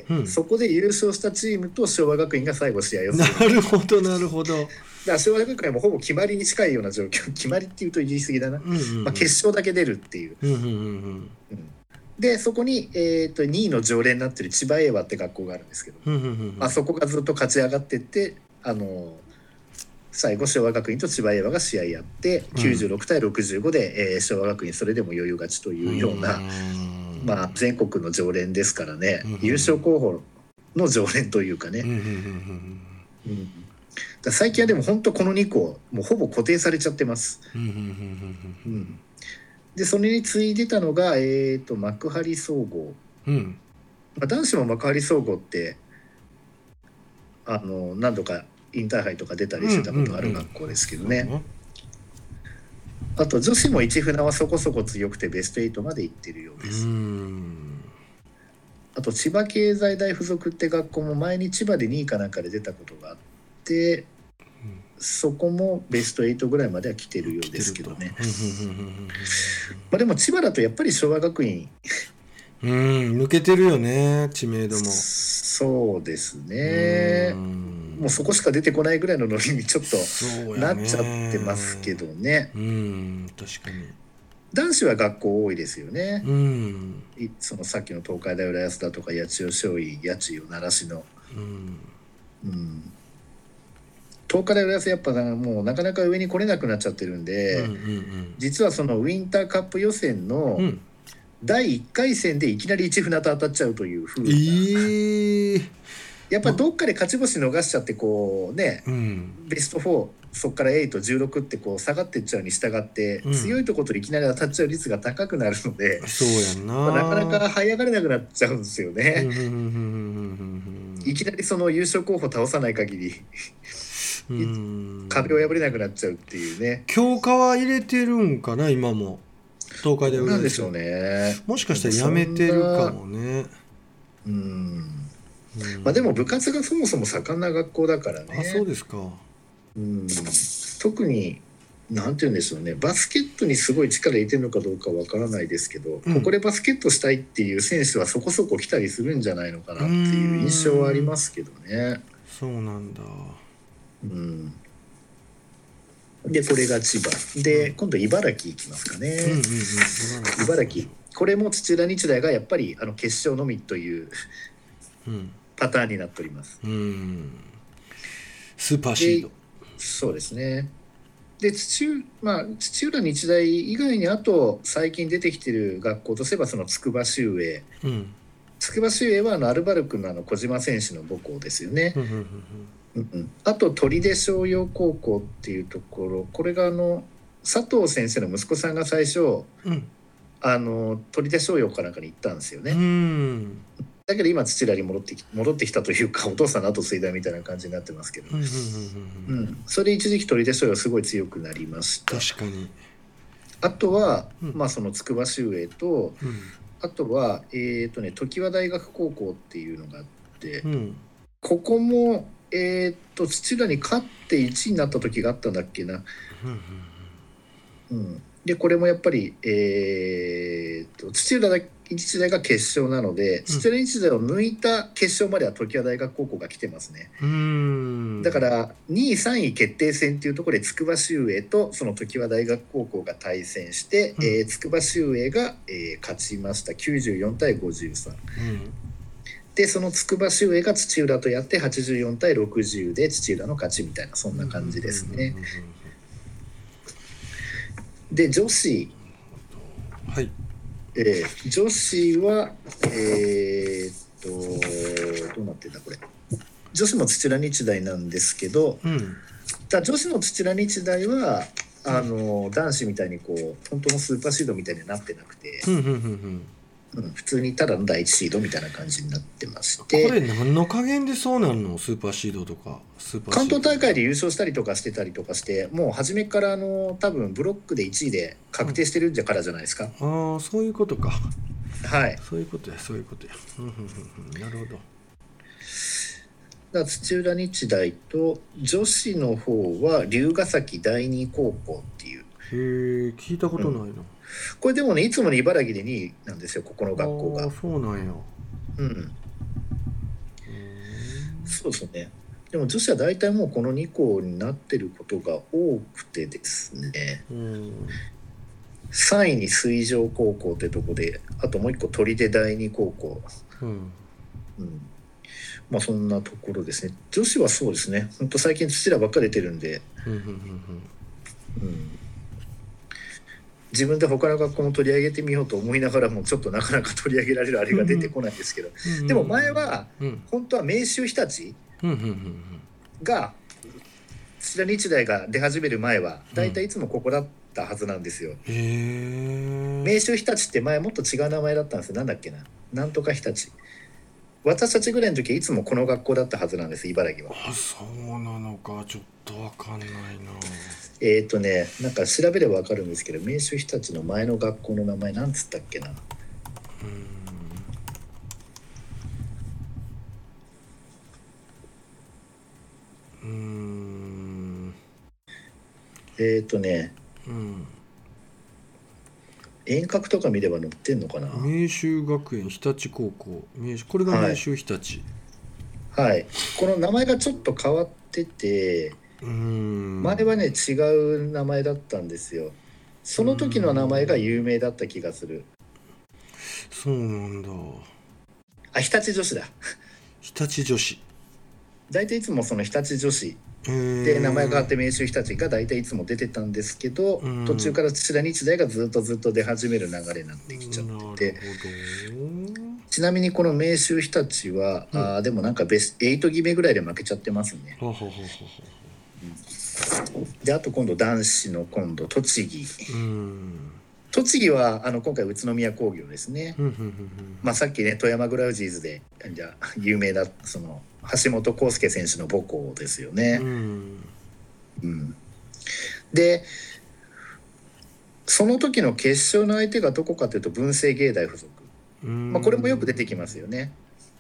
そこで優勝したチームと昭和学院が最後試合をする。 なるほどなるほど。 だから昭和学院もほぼ決まりに近いような状況、決まりっていうと言い過ぎだな、決勝だけ出るっていう。でそこに、2位の常連になってる千葉英和って学校があるんですけど、そこがずっと勝ち上がってって、最後昭和学院と千葉英和が試合やって96対65で、昭和学院それでも余裕勝ちというような、全国の常連ですからね、優勝候補の常連というかね。最近はでも本当この2校もうほぼ固定されちゃってます。でそれに次いでたのが、幕張総合、男子も幕張総合って何度かインターハイとか出たりしてたことがある学校ですけどね。あと女子も市船はそこそこ強くてベスト8まで行ってるようです。あと千葉経済大附属って学校も前に千葉で2位かなんかで出たことがあって、そこもベスト8ぐらいまでは来てるようですけどね。でも千葉だとやっぱり昭和学院抜けてるよね、知名度も。 そうですね。もうそこしか出てこないぐらいのノリにちょっとなっちゃってますけどね。 確かに。 男子は学校多いですよね。そのさっきの東海大浦安だとか八千代松陰、八千代習志野、東海大浦安やっぱもうなかなか上に来れなくなっちゃってるんで、実はそのウィンターカップ予選の第1回戦でいきなり市船と当たっちゃうという風な、やっぱどっかで勝ち星逃しちゃってこうね、ベスト4そこから8、16ってこう下がっていっちゃうに従って、強いところといきなり当たっちゃう率が高くなるので、 そうやんな、 なかなか這い上がれなくなっちゃうんですよね。いきなりその優勝候補倒さない限り壁を破れなくなっちゃうっていうね。 強化は入れてるんかな今も。東海でなんでしょうね。 もしかしたらやめてるかもね。 でも部活がそもそも盛んな学校だからね。 そうですか。 特になんて言うんでしょうね、バスケットにすごい力入れてるのかどうかわからないですけど、ここでバスケットしたいっていう選手はそこそこ来たりするんじゃないのかなっていう印象はありますけどね。 そうなんだ。 でこれが千葉で、今度茨城行きますかね。茨城、これも土浦日大がやっぱり決勝のみというパターンになっております。 スーパーシード。 そうですね。で土浦日大以外にあと最近出てきてる学校とすればその筑波秀英、筑波秀英はアルバルクの小島選手の母校ですよね。あと取手商業高校っていうところ、これが佐藤先生の息子さんが最初、 取手商用かなんかに行ったんですよね。 うんだけど今土浦に戻ってきたというか、お父さんの後継いだみたいな感じになってますけど、それで一時期取手商用すごい強くなりました。 確かに。 あとは、その筑波秀英と、あとは常盤大学高校っていうのがあって、ここも土浦に勝って1位になった時があったんだっけな。でこれもやっぱり、土浦日大が決勝なので、土浦日大を抜いた決勝までは常盤大学高校が来てますね。だから2位3位決定戦っていうところで筑波秀英とその常盤大学高校が対戦して、筑波秀英が、勝ちました。94対53、でその筑波秀英が土浦とやって84対60で土浦の勝ちみたいな、そんな感じですね。で女子、女子はどうなってんだこれ。女子も土浦日大なんですけど、女子の土浦日大は男子みたいにこう本当のスーパーシードみたいにはなってなくて、普通にただの第一シードみたいな感じになってまして、 これ何の加減でそうなるの？スーパーシードとか関東大会で優勝したりとかしてたりとかして、もう初めから多分ブロックで1位で確定してるからじゃないですか。 ああ、そういうことか。 はい、 そういうことや。なるほど。 だから土浦日大と女子の方は龍ヶ崎第二高校っていう。 へえ、聞いたことないな。 これでもね、いつもの茨城で2位なんですよ、ここの学校が。 そうなんや。 そうですね。でも女子は大体もうこの2校になってることが多くてですね、3位に水上高校ってとこで、あともう1個取手第二高校、そんなところですね。女子はそうですね、本当最近土浦ばっか出てるんで、自分で他の学校も取り上げてみようと思いながらもちょっとなかなか取り上げられるあれが出てこないんですけど、でも前は本当は明秀日立が土浦日大が出始める前はだいたいいつもここだったはずなんですよ。明秀日立って前もっと違う名前だったんですよ。なんだっけな、なんとか日立。私たちぐらいの時はいつもこの学校だったはずなんです、茨城は。 そうなのか、ちょっと分かんないな。 なんか調べれば分かるんですけど、明秀日立の前の学校の名前なんつったっけな。遠隔とか見れば載ってんのかな。 明秀学園日立高校、これが明秀日立。 はい、この名前がちょっと変わってて、前はね違う名前だったんですよ。その時の名前が有名だった気がする。 そうなんだ。 日立女子だ。 日立女子。 大体いつもその日立女子で名前が変わって明秀日立が大体いつも出てたんですけど、途中から土浦日大がずっと出始める流れになってきちゃってて、ちなみにこの明秀日立は、でもなんかベスト8決めぐらいで負けちゃってますね。であと今度男子の栃木。栃木は今回宇都宮工業ですね。さっきね富山グラウジーズで有名なその橋本康介選手の母校ですよね。でその時の決勝の相手がどこかというと文星芸大附属、これもよく出てきますよね。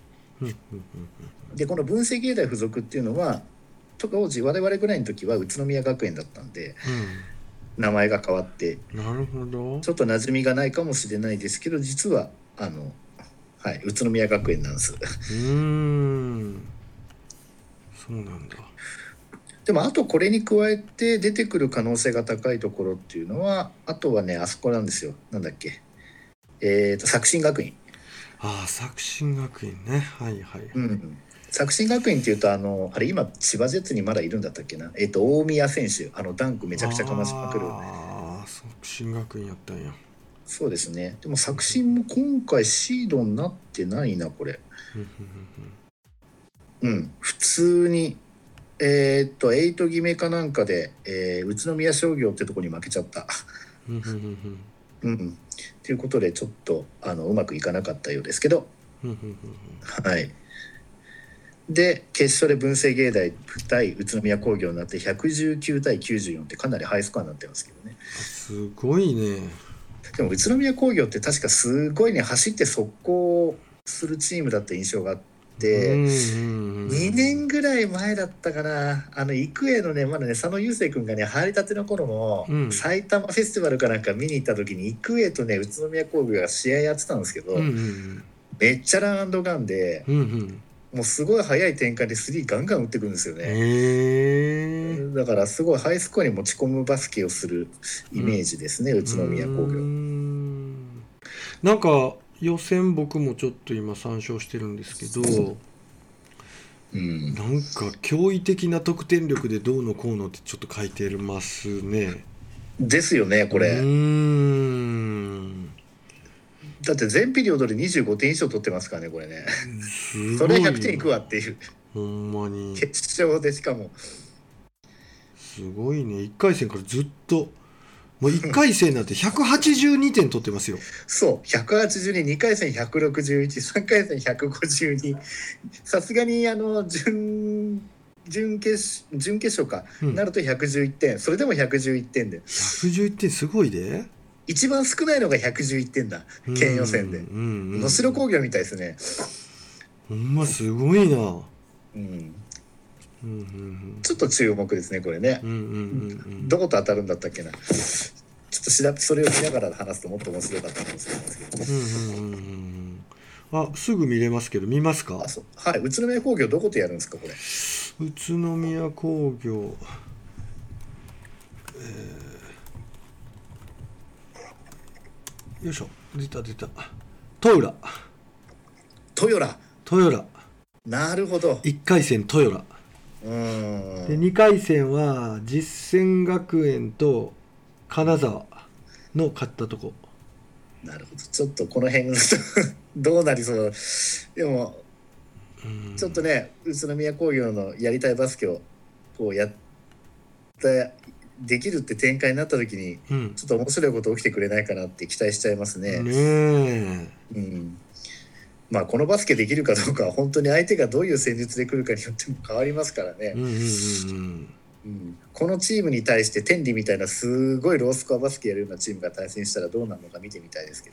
でこの文星芸大附属っていうのは当時我々ぐらいの時は宇都宮学園だったんで、名前が変わって、 なるほど、 ちょっと馴染みがないかもしれないですけど、実は宇都宮学園なんです。 そうなんだ。 でもあとこれに加えて出てくる可能性が高いところっていうのは、あとはねあそこなんですよ。なんだっけ、作新学院。 作新学院ね。 作新学院っていうとあれ今千葉ジェッツにまだいるんだったっけな、大宮選手、ダンクめちゃくちゃかましまくる。 作新学院やったんや。 そうですね。でも作新も今回シードになってないなこれ。普通に8決めかなんかで、宇都宮商業ってとこに負けちゃった。でということでちょっとうまくいかなかったようですけど、はい。で決勝で文星芸大対宇都宮工業になって119対94ってかなりハイスコアになってますけどね。 すごいね。 でも宇都宮工業って確かすごいね走って速攻するチームだった印象があって、2年ぐらい前だったかな、育英のねまだね佐野雄星君がね入りたての頃の埼玉フェスティバルかなんか見に行った時に育英とね宇都宮工業が試合やってたんですけど、めっちゃラン&ガンで、もうすごい速い展開でスリーガンガン打ってくるんですよね。だからすごいハイスコアに持ち込むバスケをするイメージですね、宇都宮工業。 なんか予選僕もちょっと今参照してるんですけど、なんか驚異的な得点力でどうのこうのってちょっと書いてますね。 ですよねこれ。だって全ピリオドで25点以上取ってますからねこれね。それ100点いくわっていう。 ほんまに決勝でしかもすごいね。1回戦からずっともう1回戦なんて182点取ってますよ。 そう182、2回戦161、3回戦152。さすがに準決勝か、なると111点。それでも111点で 111点すごいで。 一番少ないのが111点だ県予選で。能代工業みたいですね。 ほんますごいな。 ちょっと注目ですねこれね。どこと当たるんだったっけな。ちょっとそれを見ながら話すともっと面白かったかもしれないですけど。 すぐ見れますけど見ますか。 はい。宇都宮工業どことやるんですかこれ。 宇都宮工業、よいしょ、出た豊浦。 なるほど。 1回戦豊浦で2回戦は実践学園と金沢の勝ったとこ。 なるほど。ちょっとこの辺どうなりそう。でもちょっとね宇都宮工業のやりたいバスケをこうやってできるって展開になった時に、ちょっと面白いこと起きてくれないかなって期待しちゃいますね。まあこのバスケできるかどうかは本当に相手がどういう戦術で来るかによっても変わりますからね。このチームに対して天理みたいなすごいロースコアバスケやるようなチームが対戦したらどうなるのか見てみたいですけど。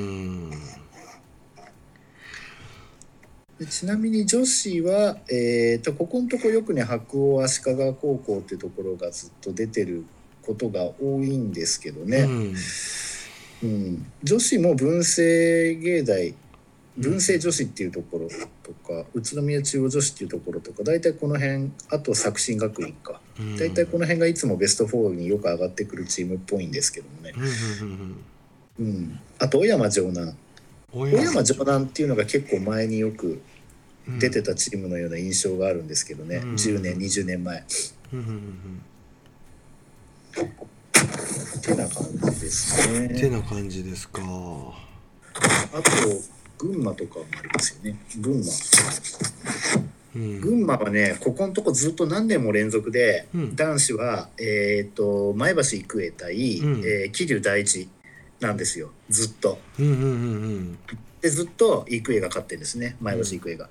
ちなみに女子は、ここのとこよくね白鴎足利高校っていうところがずっと出てることが多いんですけどね、女子も文星芸大文星女子っていうところとか宇都宮中央女子っていうところとか大体この辺、あと作新学院か、大体この辺がいつもベスト4によく上がってくるチームっぽいんですけどもね。あと小山城南っていうのが結構前によく出てたチームのような印象があるんですけどね、10年20年前。てな感じですね。 てな感じですか。 あと群馬とかもありますよね。群馬はねここのとこずっと何年も連続で、男子は、前橋育英対、桐生第一なんですよずっと。でずっと育英が勝ってるんですね、前橋育英が。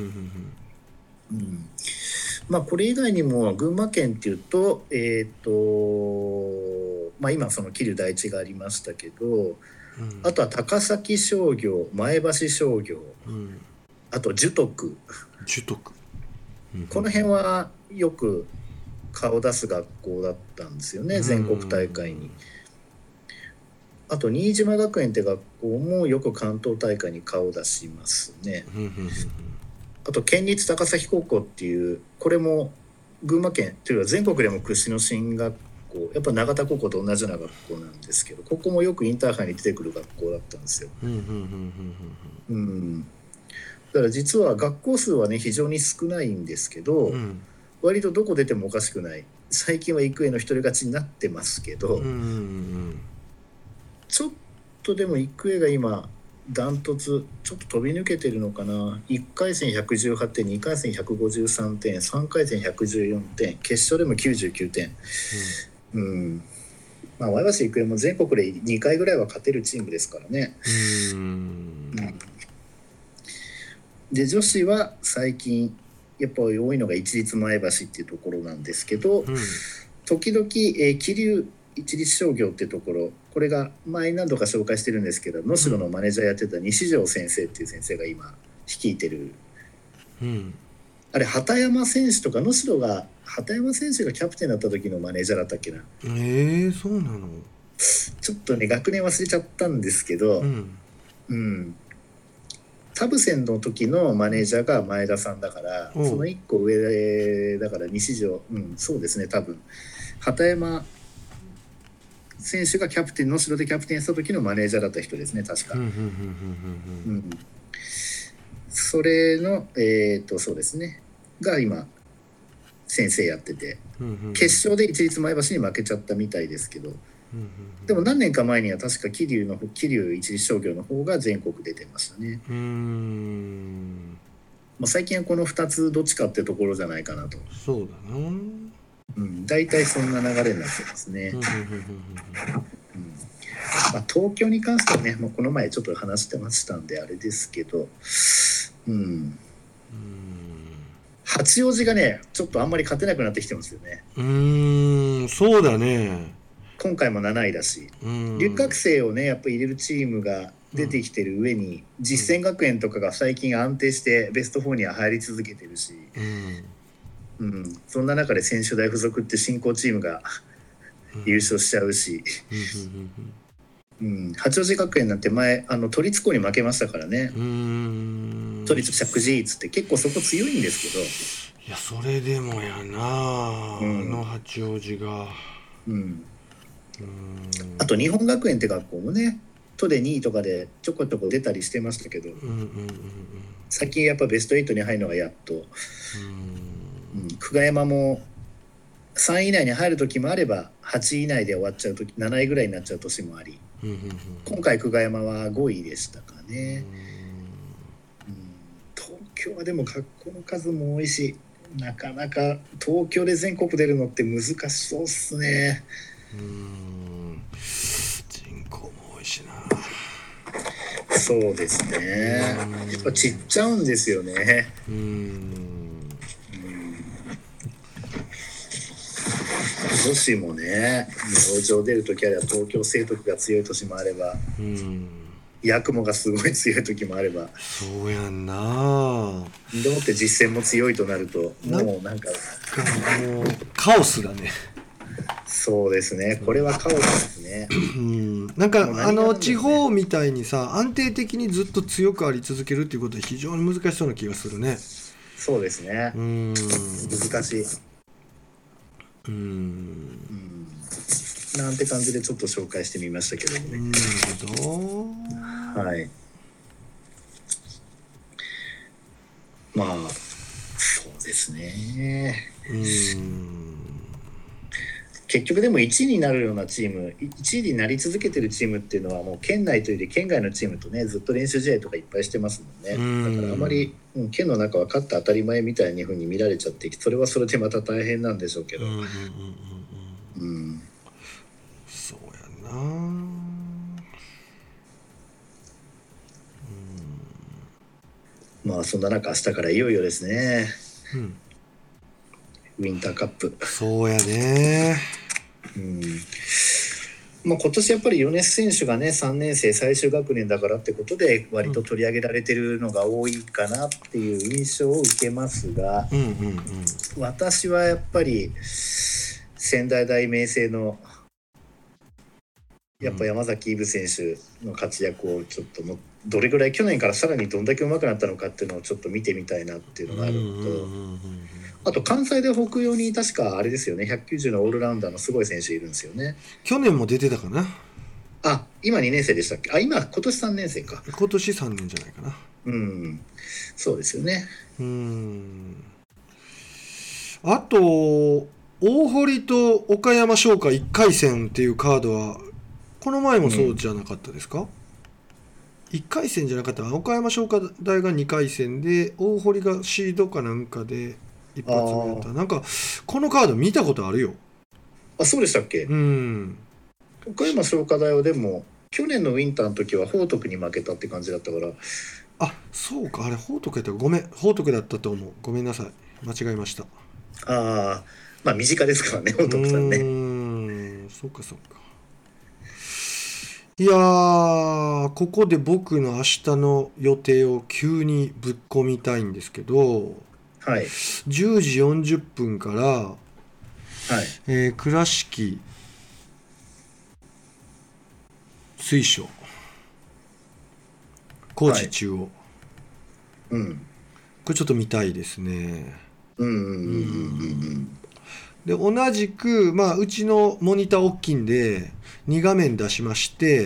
まあこれ以外にも群馬県っていうと今その桐生第一がありましたけど、あとは高崎商業、前橋商業、あと樹徳、この辺はよく顔出す学校だったんですよね、全国大会に。あと新島学園って学校もよく関東大会に顔を出しますね。あと県立高崎高校っていう、これも群馬県というか全国でも屈指の進学校、やっぱ長田高校と同じような学校なんですけど、ここもよくインターハイに出てくる学校だったんですよ。だから実は学校数はね非常に少ないんですけど、割とどこ出てもおかしくない。最近は育英の一人勝ちになってますけど、ちょっとでも育英が今ダントツちょっと飛び抜けてるのかな。1回戦118点、2回戦153点、3回戦114点、決勝でも99点。 まあ、前橋育英も全国で2回ぐらいは勝てるチームですからね。で女子は最近やっぱり多いのが市立前橋っていうところなんですけど、時々、桐生一律商業っていうところ、これが前何度か紹介してるんですけど、能代のマネージャーやってた西條先生っていう先生が今率いてる、あれ畑山選手とか、能代が畑山選手がキャプテンだった時のマネージャーだったっけな。 そうなの。 ちょっとね学年忘れちゃったんですけど、田臥の時のマネージャーが前田さんだから、その1個上だから西条、そうですね、多分畑山選手がキャプテン、能代でキャプテンした時のマネージャーだった人ですね、確か。それのそうですねが今先生やってて、決勝で市立前橋に負けちゃったみたいですけど、でも何年か前には確か桐生一律商業の方が全国出てましたね。最近はこの2つどっちかってところじゃないかなと。 そうだな。 大体そんな流れになってますね。東京に関してはね、もうこの前ちょっと話してましたんであれですけど、八王子がねちょっとあんまり勝てなくなってきてますよね。 そうだね。 今回も7位だし、留学生をねやっぱり入れるチームが出てきてる上に、実践学園とかが最近安定してベスト4には入り続けてるし、そんな中で専修大附属って新興チームが優勝しちゃうし、八王子学園なんて前都立校に負けましたからね。都立石神井っつって結構そこ強いんですけど、 いやそれでもやな、八王子が。 あと日本学園って学校もね都で2位とかでちょこちょこ出たりしてましたけど、最近やっぱベスト8に入るのがやっと、久我山も3位以内に入る時もあれば8位以内で終わっちゃう時、7位ぐらいになっちゃう年もあり、今回久我山は5位でしたかね。東京はでも学校の数も多いし、なかなか東京で全国出るのって難しそうっすね。 人口も多いしな。 そうですね、やっぱ散っちゃうんですよね。女子もね、農場出るときあれば東京聖徳が強い年もあれば、八雲がすごい強い時もあれば。 そうやんな。 でもって実戦も強いとなるともうなんかもうカオスだね。 そうですね、これはカオスですね。 なんか地方みたいにさ安定的にずっと強くあり続けるっていうことは非常に難しそうな気がするね。 そうですね、難しい。なんて感じでちょっと紹介してみましたけどもね。 なるほど。はい。まあそうですね。結局でも1位になるようなチーム、1位になり続けてるチームっていうのはもう県内というより県外のチームとねずっと練習試合とかいっぱいしてますもんね。だからあまり、県の中は勝った当たり前みたいな風に見られちゃって、それはそれでまた大変なんでしょうけど。 そうやな。 まあそんな中明日からいよいよですね。ウィンターカップ。 そうやね。 まあ、今年やっぱり米津選手がね3年生最終学年だからってことで割と取り上げられてるのが多いかなっていう印象を受けますが、私はやっぱり仙台大明星のやっぱ山崎イブ選手の活躍をちょっとどれぐらい去年からさらにどんだけ上手くなったのかっていうのをちょっと見てみたいなっていうのがあるのと、あと関西で北陽に確かあれですよね、190のオールラウンダーのすごい選手いるんですよね。 去年も出てたかな。 今2年生でしたっけ。今年3年生か。 今年3年じゃないかな。 そうですよね。 あと大堀と岡山商科1回戦っていうカードはこの前もそうじゃなかったですか。1回戦じゃなかった。岡山商科大が2回戦で大堀がシードかなんかで一発目だった。なんかこのカード見たことあるよ。 そうでしたっけ。 岡山商科大はでも去年のウィンターの時は報徳に負けたって感じだったから。 あ、そうか、あれ報徳やったらごめん、報徳だったと思う、ごめんなさい、間違えました。 ああ、まあ身近ですからね、報徳さんね。 そうかそうか。いやー、ここで僕の明日の予定を急にぶっ込みたいんですけど、 はい、 10時40分から、 はい、 倉敷水晶高知中央、はい、 うん、 これちょっと見たいですね。で同じく、まあ、うちのモニター大きいんで2画面出しまして、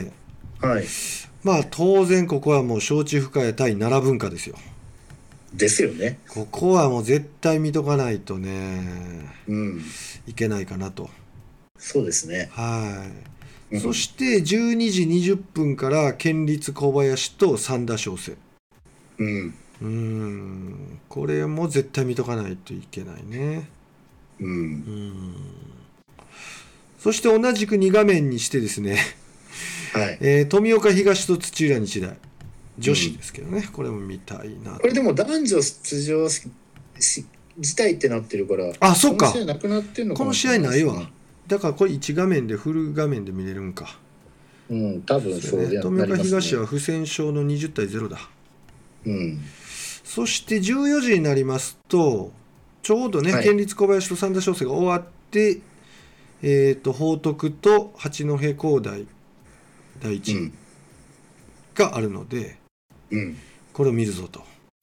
はい、 まあ当然ここはもう承知深谷対奈良文化ですよ。 ですよね。 ここはもう絶対見とかないとね、いけないかなと。 そうですね。 はい、そして12時20分から県立小林と三田商成。これも絶対見とかないといけないね。そして同じく2画面にしてですね、はい、富岡東と土浦日大女子ですけどね、これも見たいなと。 これでも男女出場自体ってなってるから、 あ、そうか、 この試合なくなってんのかこの試合ないわ。だからこれ1画面でフル画面で見れるんか。 多分そうで、ね、 富岡東は不戦勝の20対0だ。そして14時になりますとちょうどね、はい、県立小林と三田商成が終わって、報徳と八戸工大第一があるので、これを見るぞと、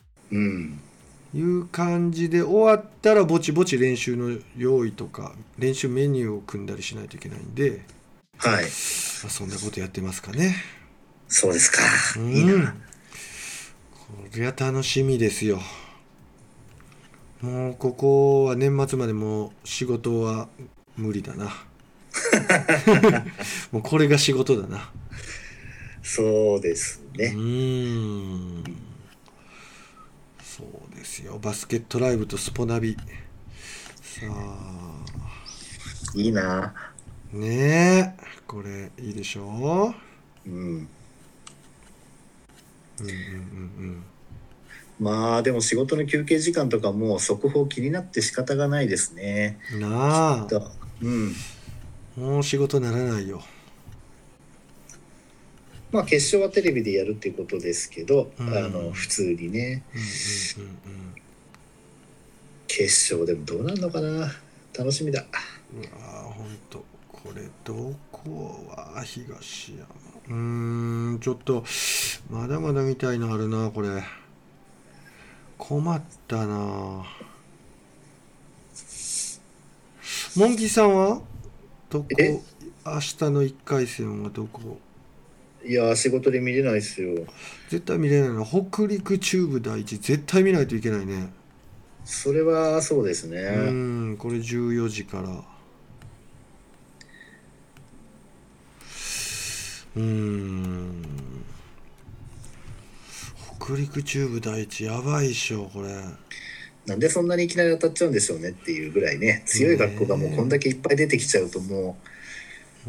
いう感じで終わったらぼちぼち練習の用意とか練習メニューを組んだりしないといけないんで、 はい、 そんなことやってますかね。 そうですか、いいな。 これは楽しみですよ。もうここは年末までもう仕事は無理だなもうこれが仕事だな。 そうですね。 そうですよ。バスケットライブとスポナビ。さあいいなねえ、これいいでしょう。 まあでも仕事の休憩時間とかも速報気になって仕方がないですね。 なあ、もう仕事ならないよ。 まあ決勝はテレビでやるっていうことですけど、普通にね、決勝でもどうなるのかな、楽しみだ。 ほんとこれどこは東山、ちょっとまだまだ見たいのあるな。これ困ったな。モンキーさんはどこ、明日の1回戦はどこ？ いや仕事で見れないですよ。 絶対見れないな。北陸中部第一絶対見ないといけないね。 それはそうですね。 これ14時から。北陸中部第一やばいっしょこれ。 なんでそんなにいきなり当たっちゃうんでしょうねっていうぐらいね、強い学校がもうこんだけいっぱい出てきちゃうともう、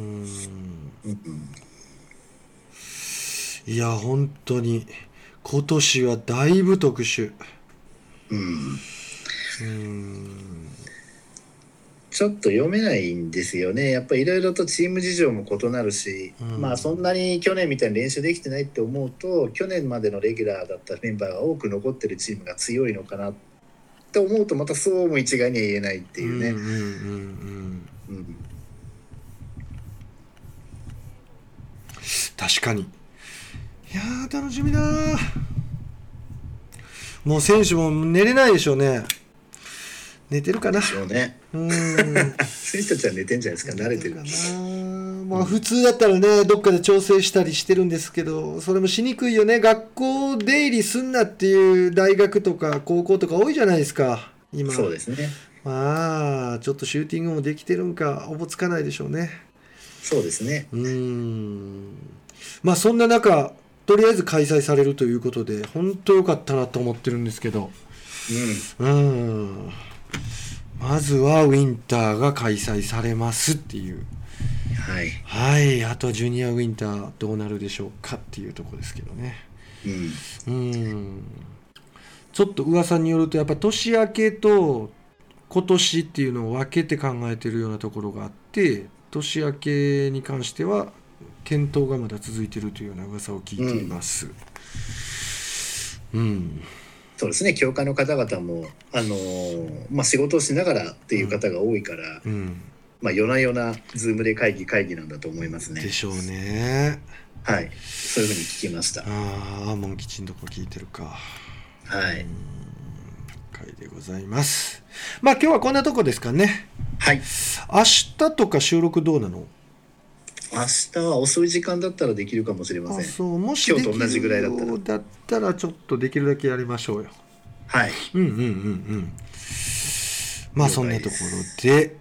いや本当に今年はだいぶ特殊。 ちょっと読めないんですよね。やっぱりいろいろとチーム事情も異なるし、まあそんなに去年みたいに練習できてないって思うと、去年までのレギュラーだったメンバーが多く残ってるチームが強いのかなって思うと、またそうも一概には言えないっていうね。 確かに。いやー楽しみだー。もう選手も寝れないでしょうね。寝てるかな。 でしょうね。選手たちは寝てんじゃないですか。慣れてるかな。まあ普通だったらね、どっかで調整したりしてるんですけど、それもしにくいよね。学校出入りすんなっていう大学とか高校とか多いじゃないですか今。 そうですね。 まあちょっとシューティングもできてるんかおぼつかないでしょうね。 そうですね。 まあそんな中とりあえず開催されるということで本当良かったなと思ってるんですけど、まずはウィンターが開催されますっていう、 はい、 はい、あとはジュニアウィンターどうなるでしょうかっていうところですけどね。ちょっと噂によるとやっぱ年明けと今年っていうのを分けて考えてるようなところがあって、年明けに関しては検討がまだ続いているというような噂を聞いています。 そうですね、教官の方々も、仕事をしながらっていう方が多いから、夜な夜なズームで会議なんだと思いますね。 でしょうね。 はい、そういうふうに聞きました。 モン吉のとこ聞いてるか。 はい。 回でございます。今日はこんなとこですかね。 はい。 明日とか収録どうなの？ 明日は遅い時間だったらできるかもしれません。もし今日と同じぐらいだったらちょっとできるだけやりましょうよ。 はい。 そんなところで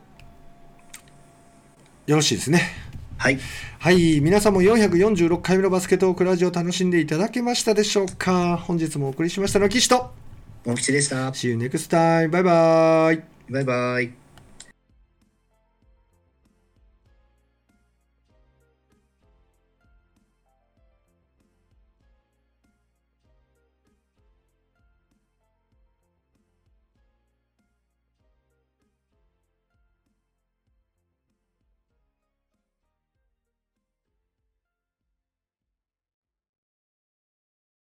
よろしいですね。 はい。 はい、皆さんも446回目のバスケトークラジオ楽しんでいただけましたでしょうか。本日もお送りしましたのは岸とモン吉でした。 See you next time. バイバイ。 バイバイ。